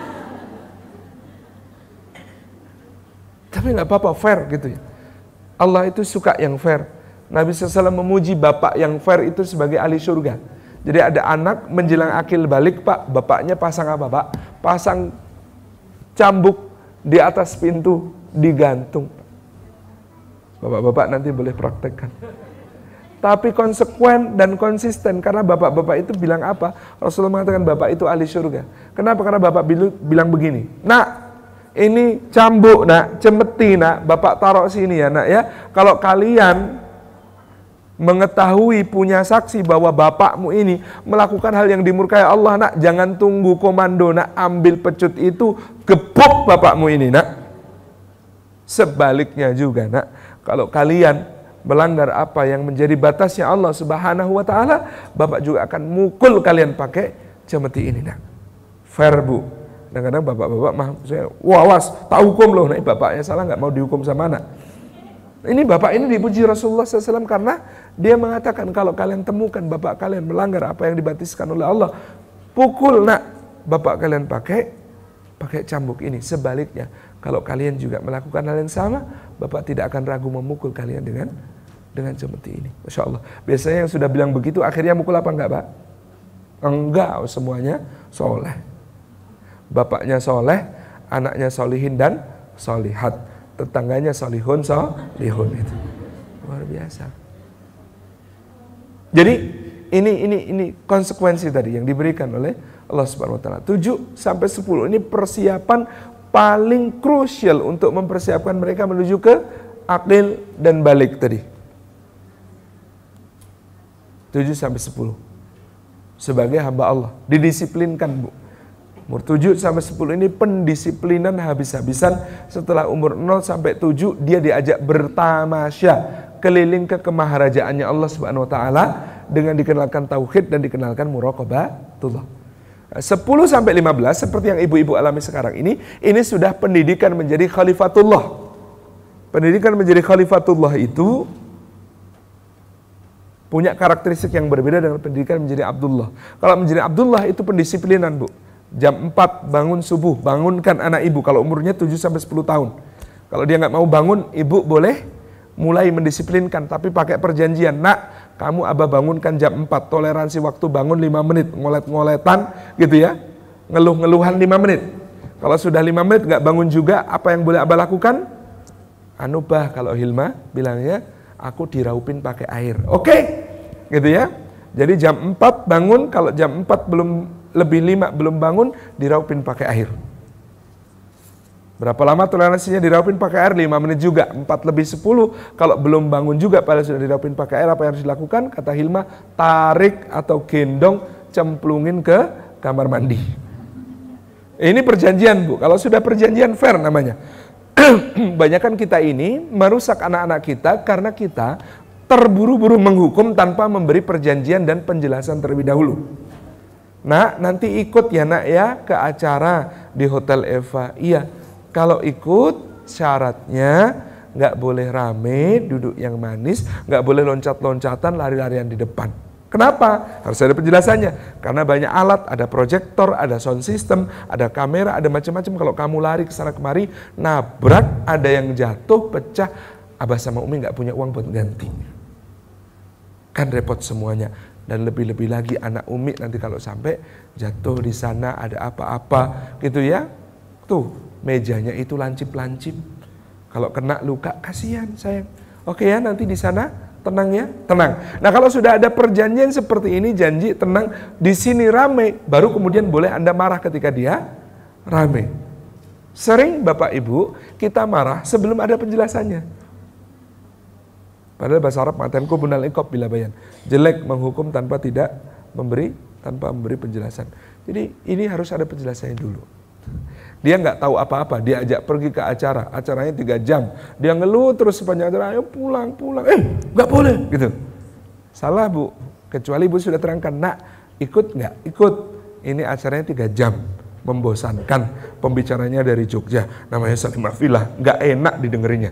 Tapi nggak apa-apa, fair gitu ya. Allah itu suka yang fair. Nabi SAW memuji bapak yang fair itu sebagai ahli surga. Jadi ada anak menjelang akil balik Pak, bapaknya pasang apa Pak? Pasang cambuk di atas pintu digantung. Bapak-bapak nanti boleh praktekkan. Tapi konsekuen dan konsisten, karena bapak-bapak itu bilang apa? Rasulullah mengatakan bapak itu ahli surga. Kenapa? Karena bapak bilang begini, nak, ini cambuk nak, cemeti nak, bapak taruh sini ya nak ya. Kalau kalian mengetahui punya saksi bahwa bapakmu ini melakukan hal yang dimurkai Allah nak, jangan tunggu komando nak, ambil pecut itu, gebuk bapakmu ini nak. Sebaliknya juga nak, kalau kalian melanggar apa yang menjadi batasnya Allah Subhanahu wa ta'ala, bapak juga akan mukul kalian pakai cemeti ini nak. Fair Bu. Kadang-kadang bapak-bapak saya, wawas, tak hukum loh. Nah, bapaknya salah, nggak mau dihukum sama anak. Ini bapak ini dipuji Rasulullah SAW karena dia mengatakan kalau kalian temukan bapak kalian melanggar apa yang dibatiskan oleh Allah, pukul nak bapak kalian pakai cambuk ini. Sebaliknya, kalau kalian juga melakukan hal yang sama, bapak tidak akan ragu memukul kalian dengan cemeti ini. Masya Allah. Biasanya yang sudah bilang begitu akhirnya mukul apa enggak Pak? Enggak, semuanya soleh. Bapaknya soleh, anaknya solihin dan solihat, tetangganya solihun itu. Luar biasa. Jadi ini konsekuensi tadi yang diberikan oleh Allah Subhanahu wa taala. 7 sampai 10 ini persiapan paling krusial untuk mempersiapkan mereka menuju ke aqil dan balik tadi. 7 sampai 10. Sebagai hamba Allah, didisiplinkan Bu. Umur 7 sampai 10 ini pendisiplinan habis-habisan. Setelah umur 0 sampai 7 dia diajak bertamasya keliling ke kemaharajaannya Allah Subhanahu wa taala dengan dikenalkan tauhid dan dikenalkan muraqabatullah. 10 sampai 15 seperti yang ibu-ibu alami sekarang ini sudah pendidikan menjadi khalifatullah. Pendidikan menjadi khalifatullah itu punya karakteristik yang berbeda dengan pendidikan menjadi Abdullah. Kalau menjadi Abdullah itu pendisiplinan Bu. Jam 4 bangun subuh, bangunkan anak ibu kalau umurnya 7 sampai 10 tahun. Kalau dia nggak mau bangun, ibu boleh mulai mendisiplinkan, tapi pakai perjanjian. Nak, kamu abah bangunkan jam 4, toleransi waktu bangun 5 menit, ngolet-ngoletan gitu ya, ngeluh-ngeluhan 5 menit. Kalau sudah 5 menit nggak bangun juga, apa yang boleh abah lakukan? Anu bah, kalau Hilma bilangnya, aku diraupin pakai air. Oke, gitu ya. Jadi jam 4 bangun, kalau jam 4 belum lebih 5 belum bangun, diraupin pakai air. Berapa lama toleransinya diraupin pakai air? 5 menit juga, 4 lebih 10. Kalau belum bangun juga padahal sudah diraupin pakai air, apa yang harus dilakukan? Kata Hilma, tarik atau gendong, cemplungin ke kamar mandi. Ini perjanjian, Bu. Kalau sudah perjanjian fair namanya. Banyakan kita ini merusak anak-anak kita karena kita terburu-buru menghukum tanpa memberi perjanjian dan penjelasan terlebih dahulu. Nak, nanti ikut ya nak ya ke acara di Hotel Eva. Iya. Kalau ikut syaratnya nggak boleh rame, duduk yang manis, nggak boleh loncat-loncatan, lari-larian di depan. Kenapa? Harus ada penjelasannya. Karena banyak alat, ada proyektor, ada sound system, ada kamera, ada macam-macam. Kalau kamu lari ke sana kemari, nabrak, ada yang jatuh, pecah, abah sama umi nggak punya uang buat ganti. Kan repot semuanya. Dan lebih-lebih lagi anak umi nanti kalau sampai jatuh di sana ada apa-apa gitu ya. Tuh. Mejanya itu lancip-lancip. Kalau kena luka, kasihan sayang. Oke ya, nanti di sana tenang ya, tenang. Nah kalau sudah ada perjanjian seperti ini, janji tenang, di sini rame, baru kemudian boleh Anda marah ketika dia rame. Sering Bapak Ibu kita marah sebelum ada penjelasannya. Padahal bahasa Arab matenku bunal ikop bila bayan. Jelek menghukum tanpa memberi penjelasan. Jadi ini harus ada penjelasannya dulu. Dia nggak tahu apa-apa, dia ajak pergi ke acara, acaranya 3 jam, dia ngeluh terus sepanjang acara, ayo pulang, nggak boleh, gitu. Salah Bu, kecuali Bu sudah terangkan, nak ikut nggak? Ikut, ini acaranya 3 jam, membosankan, pembicaranya dari Jogja, namanya Salimah Filah, nggak enak didengerinya.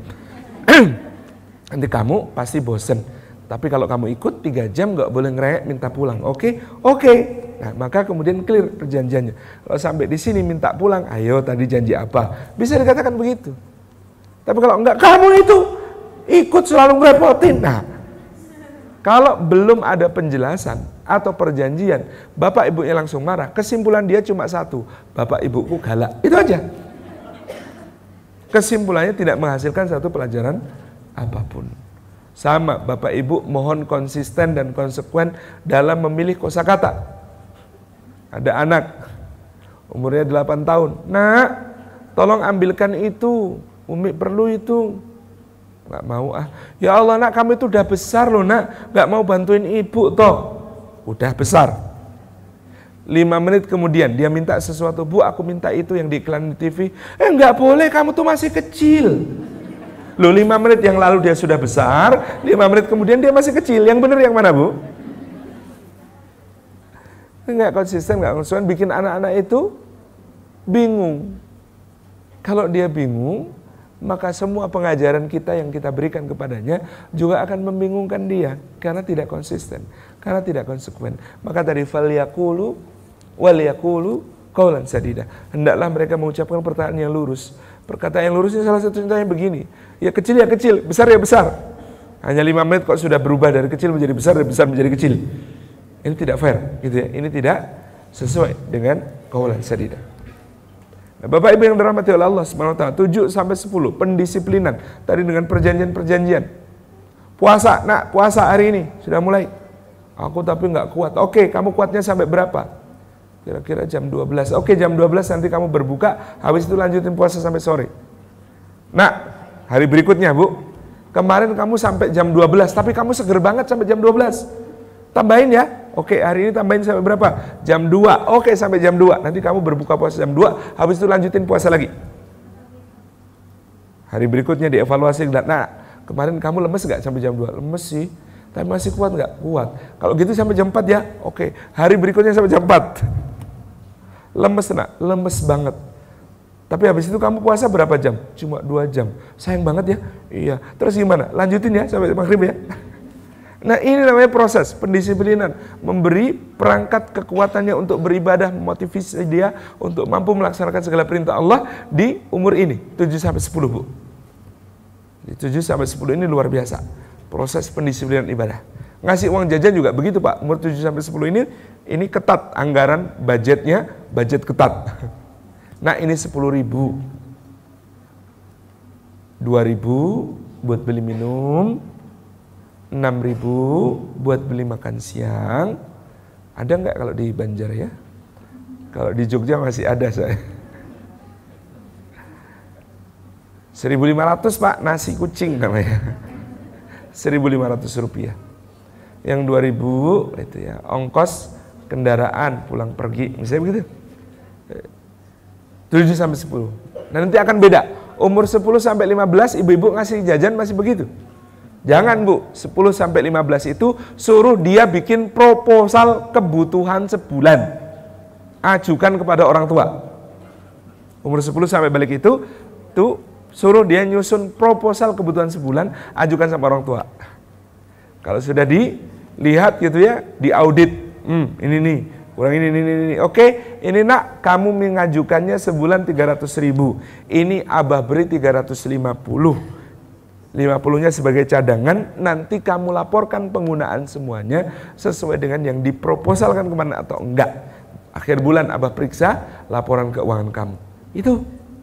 Nanti kamu pasti bosen, tapi kalau kamu ikut 3 jam nggak boleh ngerek, minta pulang, oke. Nah, maka kemudian clear perjanjiannya. Kalau sampai di sini minta pulang, ayo tadi janji apa? Bisa dikatakan begitu. Tapi kalau enggak, kamu itu ikut selalu ngerepotin. Nah, kalau belum ada penjelasan atau perjanjian, bapak ibunya langsung marah. Kesimpulan dia cuma satu, bapak ibuku galak. Itu aja. Kesimpulannya tidak menghasilkan satu pelajaran apapun. Sama, bapak ibu mohon konsisten dan konsekuen dalam memilih kosakata. Ada anak, umurnya 8 tahun. Nak, tolong ambilkan itu. Umi perlu itu. Nggak mau ah. Ya Allah nak, kamu itu udah besar loh nak. Nggak mau bantuin ibu toh. Udah besar. 5 menit kemudian dia minta sesuatu. Bu, aku minta itu yang diiklan di TV. Nggak boleh, kamu tuh masih kecil. Loh 5 menit yang lalu dia sudah besar. 5 menit kemudian dia masih kecil. Yang benar yang mana Bu? Nggak konsisten, nggak konsekuen, bikin anak-anak itu bingung. Kalau dia bingung, maka semua pengajaran kita yang kita berikan kepadanya juga akan membingungkan dia, karena tidak konsisten, karena tidak konsekuen. Maka tadi falyaqulu waliyaqulu qaulan sadida. Hendaklah mereka mengucapkan perkataan yang lurus. Perkataan yang lurusnya salah satu contohnya begini. Ya kecil, besar ya besar. Hanya 5 menit kok sudah berubah dari kecil menjadi besar, dari besar menjadi kecil. Ini tidak fair, gitu ya. Ini tidak sesuai dengan qaulan sadida. Nah, Bapak Ibu yang dirahmati oleh Allah Subhanahu wa taala, 7 sampai 10 pendisiplinan tadi dengan perjanjian-perjanjian. Puasa, nak, puasa hari ini sudah mulai. Aku tapi nggak kuat. Oke, kamu kuatnya sampai berapa? Kira-kira jam 12. Oke, jam 12 nanti kamu berbuka, habis itu lanjutin puasa sampai sore. Nah, hari berikutnya, Bu. Kemarin kamu sampai jam 12, tapi kamu seger banget sampai jam 12. Tambahin ya. Oke, hari ini tambahin sampai berapa? Jam 2. Oke, sampai jam 2. Nanti kamu berbuka puasa jam 2, habis itu lanjutin puasa lagi. Hari berikutnya dievaluasi. Nah, kemarin kamu lemes gak sampai jam 2? Lemes sih. Tapi masih kuat gak? Kuat. Kalau gitu sampai jam 4 ya? Oke. Hari berikutnya sampai jam 4. Lemes nak? Lemes banget. Tapi habis itu kamu puasa berapa jam? Cuma 2 jam. Sayang banget ya? Iya. Terus gimana? Lanjutin ya sampai maghrib ya? Nah ini namanya proses pendisiplinan, memberi perangkat kekuatannya untuk beribadah, memotivasi dia untuk mampu melaksanakan segala perintah Allah di umur ini 7-10 Bu. 7 sampai 10 ini luar biasa. Proses pendisiplinan ibadah. Ngasih uang jajan juga begitu Pak. Umur 7 sampai 10 ini ketat anggaran budgetnya, budget ketat. Nah, ini 10.000. 2.000 buat beli minum, 6.000 buat beli makan siang. Ada nggak kalau di Banjar ya? Kalau di Jogja masih ada saya. 1.500 Pak, nasi kucing namanya. 1.500 rupiah. Yang 2.000 itu ya, ongkos kendaraan pulang pergi, misalnya begitu. 7 sampai 10. Nah, nanti akan beda. Umur 10 sampai 15 ibu-ibu ngasih jajan masih begitu. Jangan Bu, 10 sampai 15 itu suruh dia bikin proposal kebutuhan sebulan. Ajukan kepada orang tua. Umur 10 sampai balik itu tuh suruh dia nyusun proposal kebutuhan sebulan, ajukan sama orang tua. Kalau sudah dilihat gitu ya, diaudit, ini nih, kurang ini. Oke, ini nak, kamu mengajukannya sebulan 300.000. Ini abah beri 350. 50-nya sebagai cadangan, nanti kamu laporkan penggunaan semuanya sesuai dengan yang diproposalkan kemana atau enggak. Akhir bulan abah periksa laporan keuangan kamu. Itu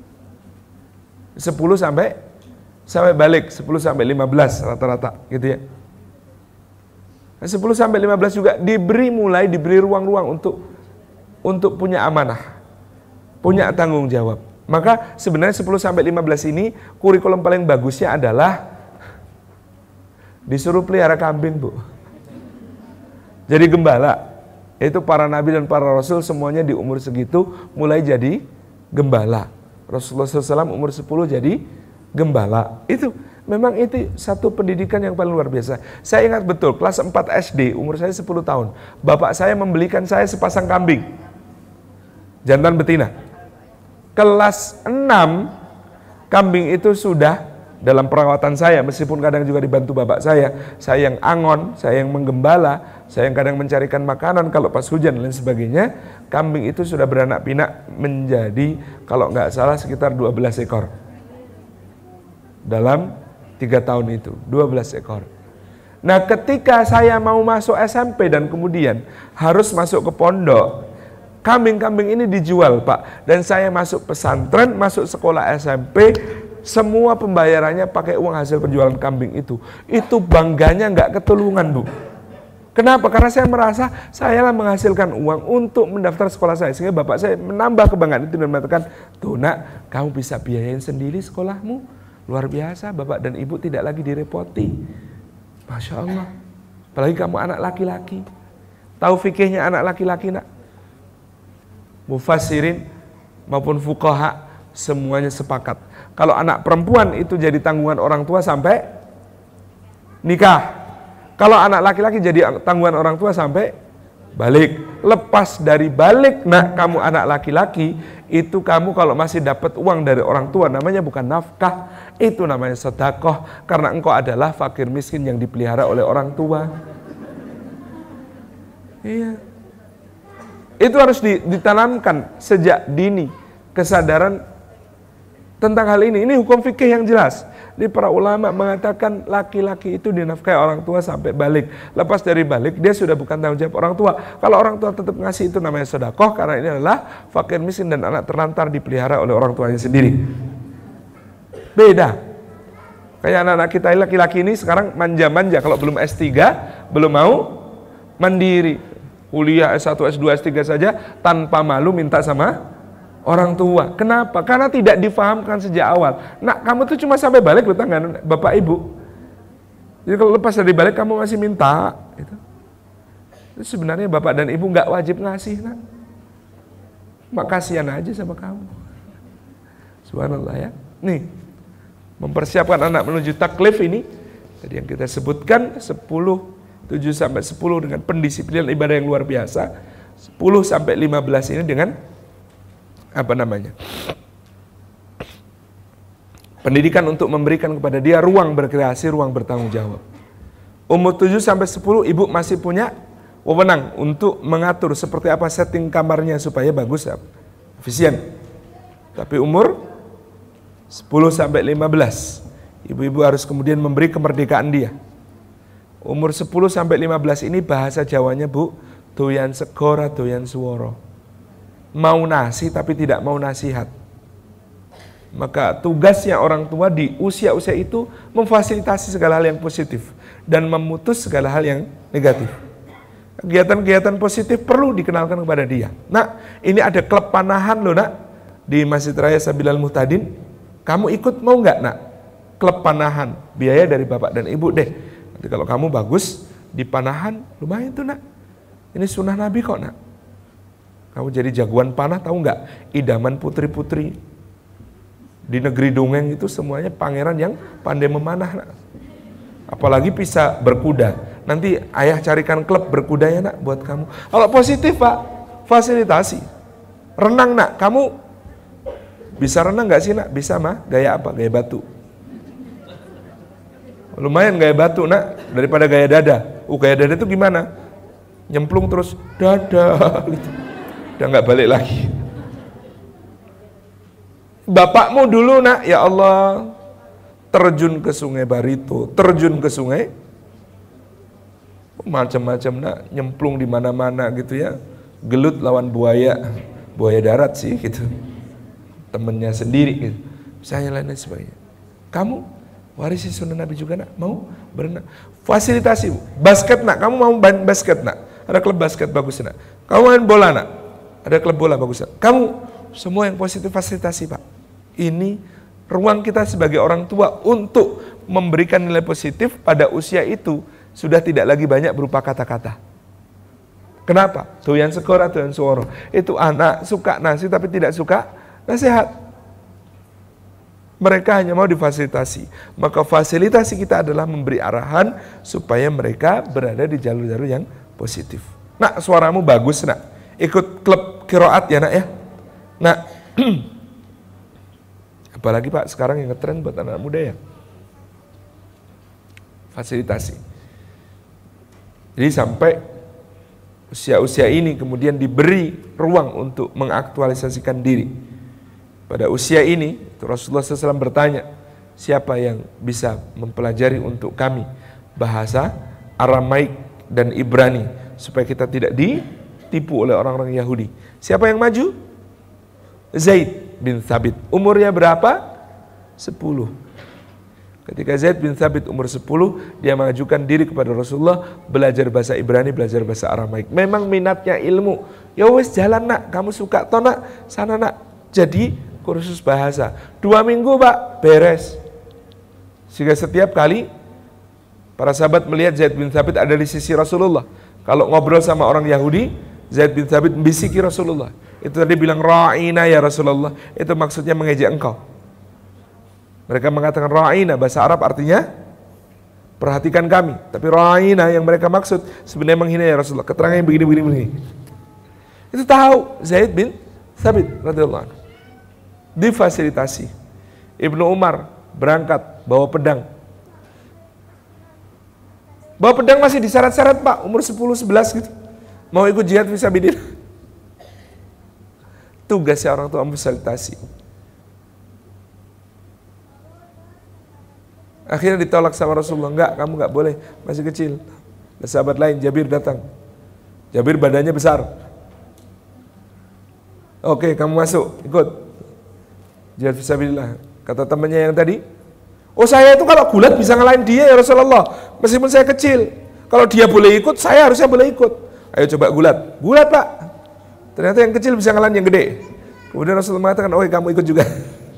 10 sampai balik 10 sampai 15 rata-rata gitu ya. Nah, 10 sampai 15 juga diberi ruang-ruang untuk punya amanah, punya tanggung jawab. Maka sebenarnya 10 sampai 15 ini kurikulum paling bagusnya adalah disuruh pelihara kambing, Bu. Jadi gembala. Itu para nabi dan para rasul semuanya di umur segitu mulai jadi gembala. Rasulullah SAW umur 10 jadi gembala. Itu memang itu satu pendidikan yang paling luar biasa. Saya ingat betul kelas 4 SD, umur saya 10 tahun. Bapak saya membelikan saya sepasang kambing. Jantan betina. Kelas 6 kambing itu sudah dalam perawatan saya, meskipun kadang juga dibantu bapak saya yang angon, saya yang menggembala, saya yang kadang mencarikan makanan kalau pas hujan dan lain sebagainya. Kambing itu sudah beranak pinak menjadi kalau nggak salah sekitar 12 ekor dalam 3 tahun itu, 12 ekor. Nah, ketika saya mau masuk SMP dan kemudian harus masuk ke pondok, kambing-kambing ini dijual Pak, dan saya masuk pesantren, masuk sekolah SMP, semua pembayarannya pakai uang hasil penjualan kambing itu bangganya nggak ketulungan Bu. Kenapa? Karena saya merasa saya lah menghasilkan uang untuk mendaftar sekolah saya, sehingga bapak saya menambah kebanggaan itu dan mengatakan, tuh nak, kamu bisa biayain sendiri sekolahmu, luar biasa, bapak dan ibu tidak lagi direpoti. Masya Allah, apalagi kamu anak laki-laki, tahu fikihnya anak laki-laki nak? Mufassirin maupun fuqaha semuanya sepakat kalau anak perempuan itu jadi tanggungan orang tua sampai nikah. Kalau anak laki-laki jadi tanggungan orang tua sampai balik. Lepas dari balik, nak, kamu anak laki-laki, itu kamu kalau masih dapat uang dari orang tua, namanya bukan nafkah, itu namanya sedekah, karena engkau adalah fakir miskin yang dipelihara oleh orang tua. Iya. Itu harus ditanamkan sejak dini kesadaran tentang hal ini. Ini hukum fikih yang jelas. Di para ulama mengatakan laki-laki itu dinafkahi orang tua sampai balik. Lepas dari balik dia sudah bukan tanggung jawab orang tua. Kalau orang tua tetap ngasih itu namanya sedekah, karena ini adalah fakir miskin dan anak terlantar dipelihara oleh orang tuanya sendiri. Beda. Kayak anak-anak kita laki-laki ini sekarang manja-manja, kalau belum S3 belum mau mandiri. Kuliah S1, S2, S3 saja tanpa malu minta sama orang tua. Kenapa? Karena tidak difahamkan sejak awal. Nah, kamu tuh cuma sampai balik loh tangan bapak ibu. Jadi kalau lepas dari balik kamu masih minta. Itu sebenarnya bapak dan ibu nggak wajib ngasih, nak. Mak kasihan aja sama kamu. Subhanallah ya. Nih, mempersiapkan anak menuju taklif ini tadi yang kita sebutkan 7 sampai 10 dengan pendisiplinan ibadah yang luar biasa. 10 sampai 15 ini dengan pendidikan untuk memberikan kepada dia ruang berkreasi, ruang bertanggung jawab. Umur 7 sampai 10 ibu masih punya wewenang untuk mengatur seperti apa setting kamarnya supaya bagus, efisien. Tapi umur 10 sampai 15 Ibu-ibu harus kemudian memberi kemerdekaan dia. Umur 10 sampai 15 ini bahasa Jawanya, Bu, doyan segora, doyan suworo. Mau nasi tapi tidak mau nasihat. Maka tugasnya orang tua di usia-usia itu memfasilitasi segala hal yang positif dan memutus segala hal yang negatif. Kegiatan-kegiatan positif perlu dikenalkan kepada dia. Nak, ini ada klub panahan loh nak, di Masjid Raya Sabilal Muhtadin. Kamu ikut mau nggak nak? Klub panahan, biaya dari bapak dan ibu deh. Nanti kalau kamu bagus di panahan, lumayan tuh nak. Ini sunnah Nabi kok nak. Kamu jadi jagoan panah, tahu nggak? Idaman putri-putri di negeri dongeng itu semuanya pangeran yang pandai memanah nak. Apalagi bisa berkuda. Nanti ayah carikan klub berkuda ya nak buat kamu. Kalau positif pak, fasilitasi. Renang nak, kamu bisa renang nggak sih nak? Bisa mah, gaya apa? Gaya batu. Lumayan gaya batu nak, daripada gaya dada. Gaya dada itu gimana? Nyemplung terus, dada gitu. Udah nggak balik lagi. Bapakmu dulu nak, ya Allah, terjun ke sungai Barito, terjun ke sungai macam-macam nak, nyemplung di mana-mana gitu ya, gelut lawan buaya darat sih gitu, temennya sendiri gitu, saya lain sebagainya. Kamu warisi sunnah Nabi juga nak, mau berenang, fasilitasi. Basket nak, kamu mau main basket nak, ada klub basket bagus nak. Kamu main bola nak, ada klub bola bagus nak. Kamu semua yang positif fasilitasi pak. Ini ruang kita sebagai orang tua untuk memberikan nilai positif pada usia itu sudah tidak lagi banyak berupa kata-kata. Kenapa? Doyan segora, doyan suworo. Itu anak suka nasi tapi tidak suka nasihat. Mereka hanya mau difasilitasi. Maka fasilitasi kita adalah memberi arahan supaya mereka berada di jalur-jalur yang positif. Nak, suaramu bagus nak. Ikut klub qiraat ya nak ya. Nak, apalagi pak sekarang yang ngetren buat anak muda ya. Fasilitasi. Jadi sampai usia-usia ini kemudian diberi ruang untuk mengaktualisasikan diri. Pada usia ini Rasulullah SAW bertanya, siapa yang bisa mempelajari untuk kami bahasa Aramaik dan Ibrani supaya kita tidak ditipu oleh orang-orang Yahudi. Siapa yang maju? Zaid bin Thabit. Umurnya berapa? 10. Ketika Zaid bin Thabit umur 10, dia mengajukan diri kepada Rasulullah, belajar bahasa Ibrani, belajar bahasa Aramaik. Memang minatnya ilmu. Ya wes jalan nak, kamu suka toh nak, sana nak. Jadi kursus bahasa. 2 minggu pak, beres. Sehingga setiap kali para sahabat melihat Zaid bin Thabit ada di sisi Rasulullah. Kalau ngobrol sama orang Yahudi, Zaid bin Thabit membisiki Rasulullah. Itu tadi bilang ra'ina ya Rasulullah. Itu maksudnya mengejek engkau. Mereka mengatakan ra'ina, bahasa Arab artinya perhatikan kami. Tapi ra'ina yang mereka maksud sebenarnya menghina ya Rasulullah. Keterangannya begini. Itu tahu Zaid bin Thabit radhiyallahu anhu. Difasilitasi. Ibnu Umar berangkat bawa pedang. Bawa pedang masih disyarat-syarat pak, umur 10-11 gitu. Mau ikut jihad fisabilillah. Tugasnya orang tua memfasilitasi. Akhirnya ditolak sama Rasulullah, enggak, kamu enggak boleh, masih kecil. Ada sahabat lain, Jabir datang. Jabir badannya besar. Oke, kamu masuk, ikut. Jihad fisabilillah. Kata temannya yang tadi, oh saya itu kalau gulat bisa ngalahin dia ya Rasulullah, meskipun saya kecil. Kalau dia boleh ikut, saya harusnya boleh ikut. Ayo coba gulat. Gulat pak. Ternyata yang kecil bisa ngalahin yang gede. Kemudian Rasulullah mengatakan, oh kamu ikut juga.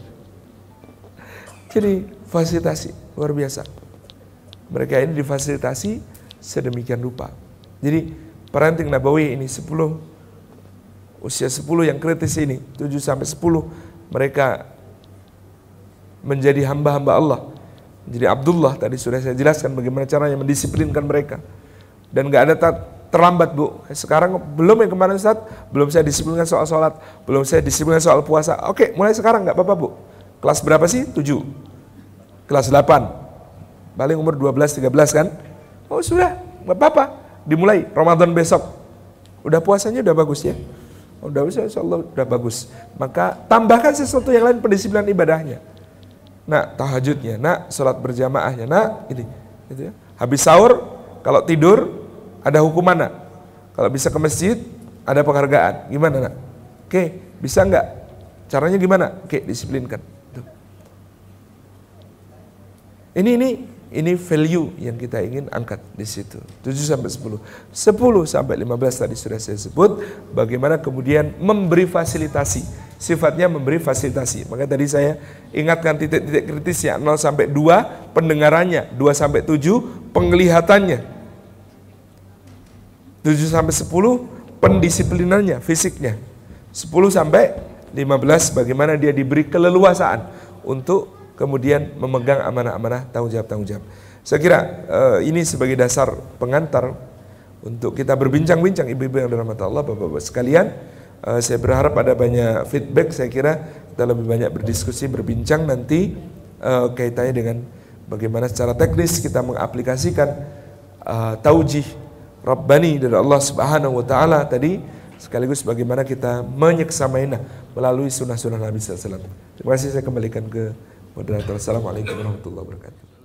Jadi fasilitasi luar biasa. Mereka ini difasilitasi sedemikian rupa. Jadi parenting nabawi ini 10, usia 10 yang kritis ini, 7 sampai 10 mereka menjadi hamba-hamba Allah. Jadi Abdullah tadi sudah saya jelaskan bagaimana caranya mendisiplinkan mereka. Dan gak ada terlambat bu. Sekarang belum yang kemarin Ustaz, belum saya disiplinkan soal sholat, belum saya disiplinkan soal puasa. Oke, mulai sekarang gak apa-apa bu. Kelas berapa sih? 7. Kelas 8. Paling umur 12-13 kan? Oh sudah, gak apa-apa. Dimulai Ramadan besok. Udah puasanya udah bagus ya. Udah bisa, insya Allah udah bagus. Maka tambahkan sesuatu yang lain pendisiplinan ibadahnya. nak tahajudnya, nak sholat berjamaahnya, nak ini, gitu ya. Habis sahur, kalau tidur ada hukuman nak. Kalau bisa ke masjid ada penghargaan. Gimana nak? Oke, bisa nggak? Caranya gimana? Oke, disiplinkan. Tuh. Ini value yang kita ingin angkat di situ. 7 sampai 10. 10 sampai 15 tadi sudah saya sebut. Bagaimana kemudian memberi fasilitasi. Sifatnya memberi fasilitasi. Maka tadi saya ingatkan titik-titik kritisnya. 0 sampai 2 pendengarannya. 2 sampai 7 penglihatannya. 7 sampai 10 pendisiplinannya, fisiknya. 10 sampai 15 bagaimana dia diberi keleluasaan untuk kemudian memegang amanah-amanah tanggung jawab. Saya kira ini sebagai dasar pengantar untuk kita berbincang-bincang ibu-ibu yang dirahmati Allah, bapak-bapak sekalian. Saya berharap ada banyak feedback. Saya kira kita lebih banyak berdiskusi, berbincang nanti kaitannya dengan bagaimana secara teknis kita mengaplikasikan taujih Rabbani dari Allah Subhanahu wa taala tadi, sekaligus bagaimana kita menyeksamainnya melalui sunnah-sunnah Nabi sallallahu alaihi wasallam. Terima kasih, saya kembalikan ke moderator. Assalamualaikum warahmatullahi wabarakatuh.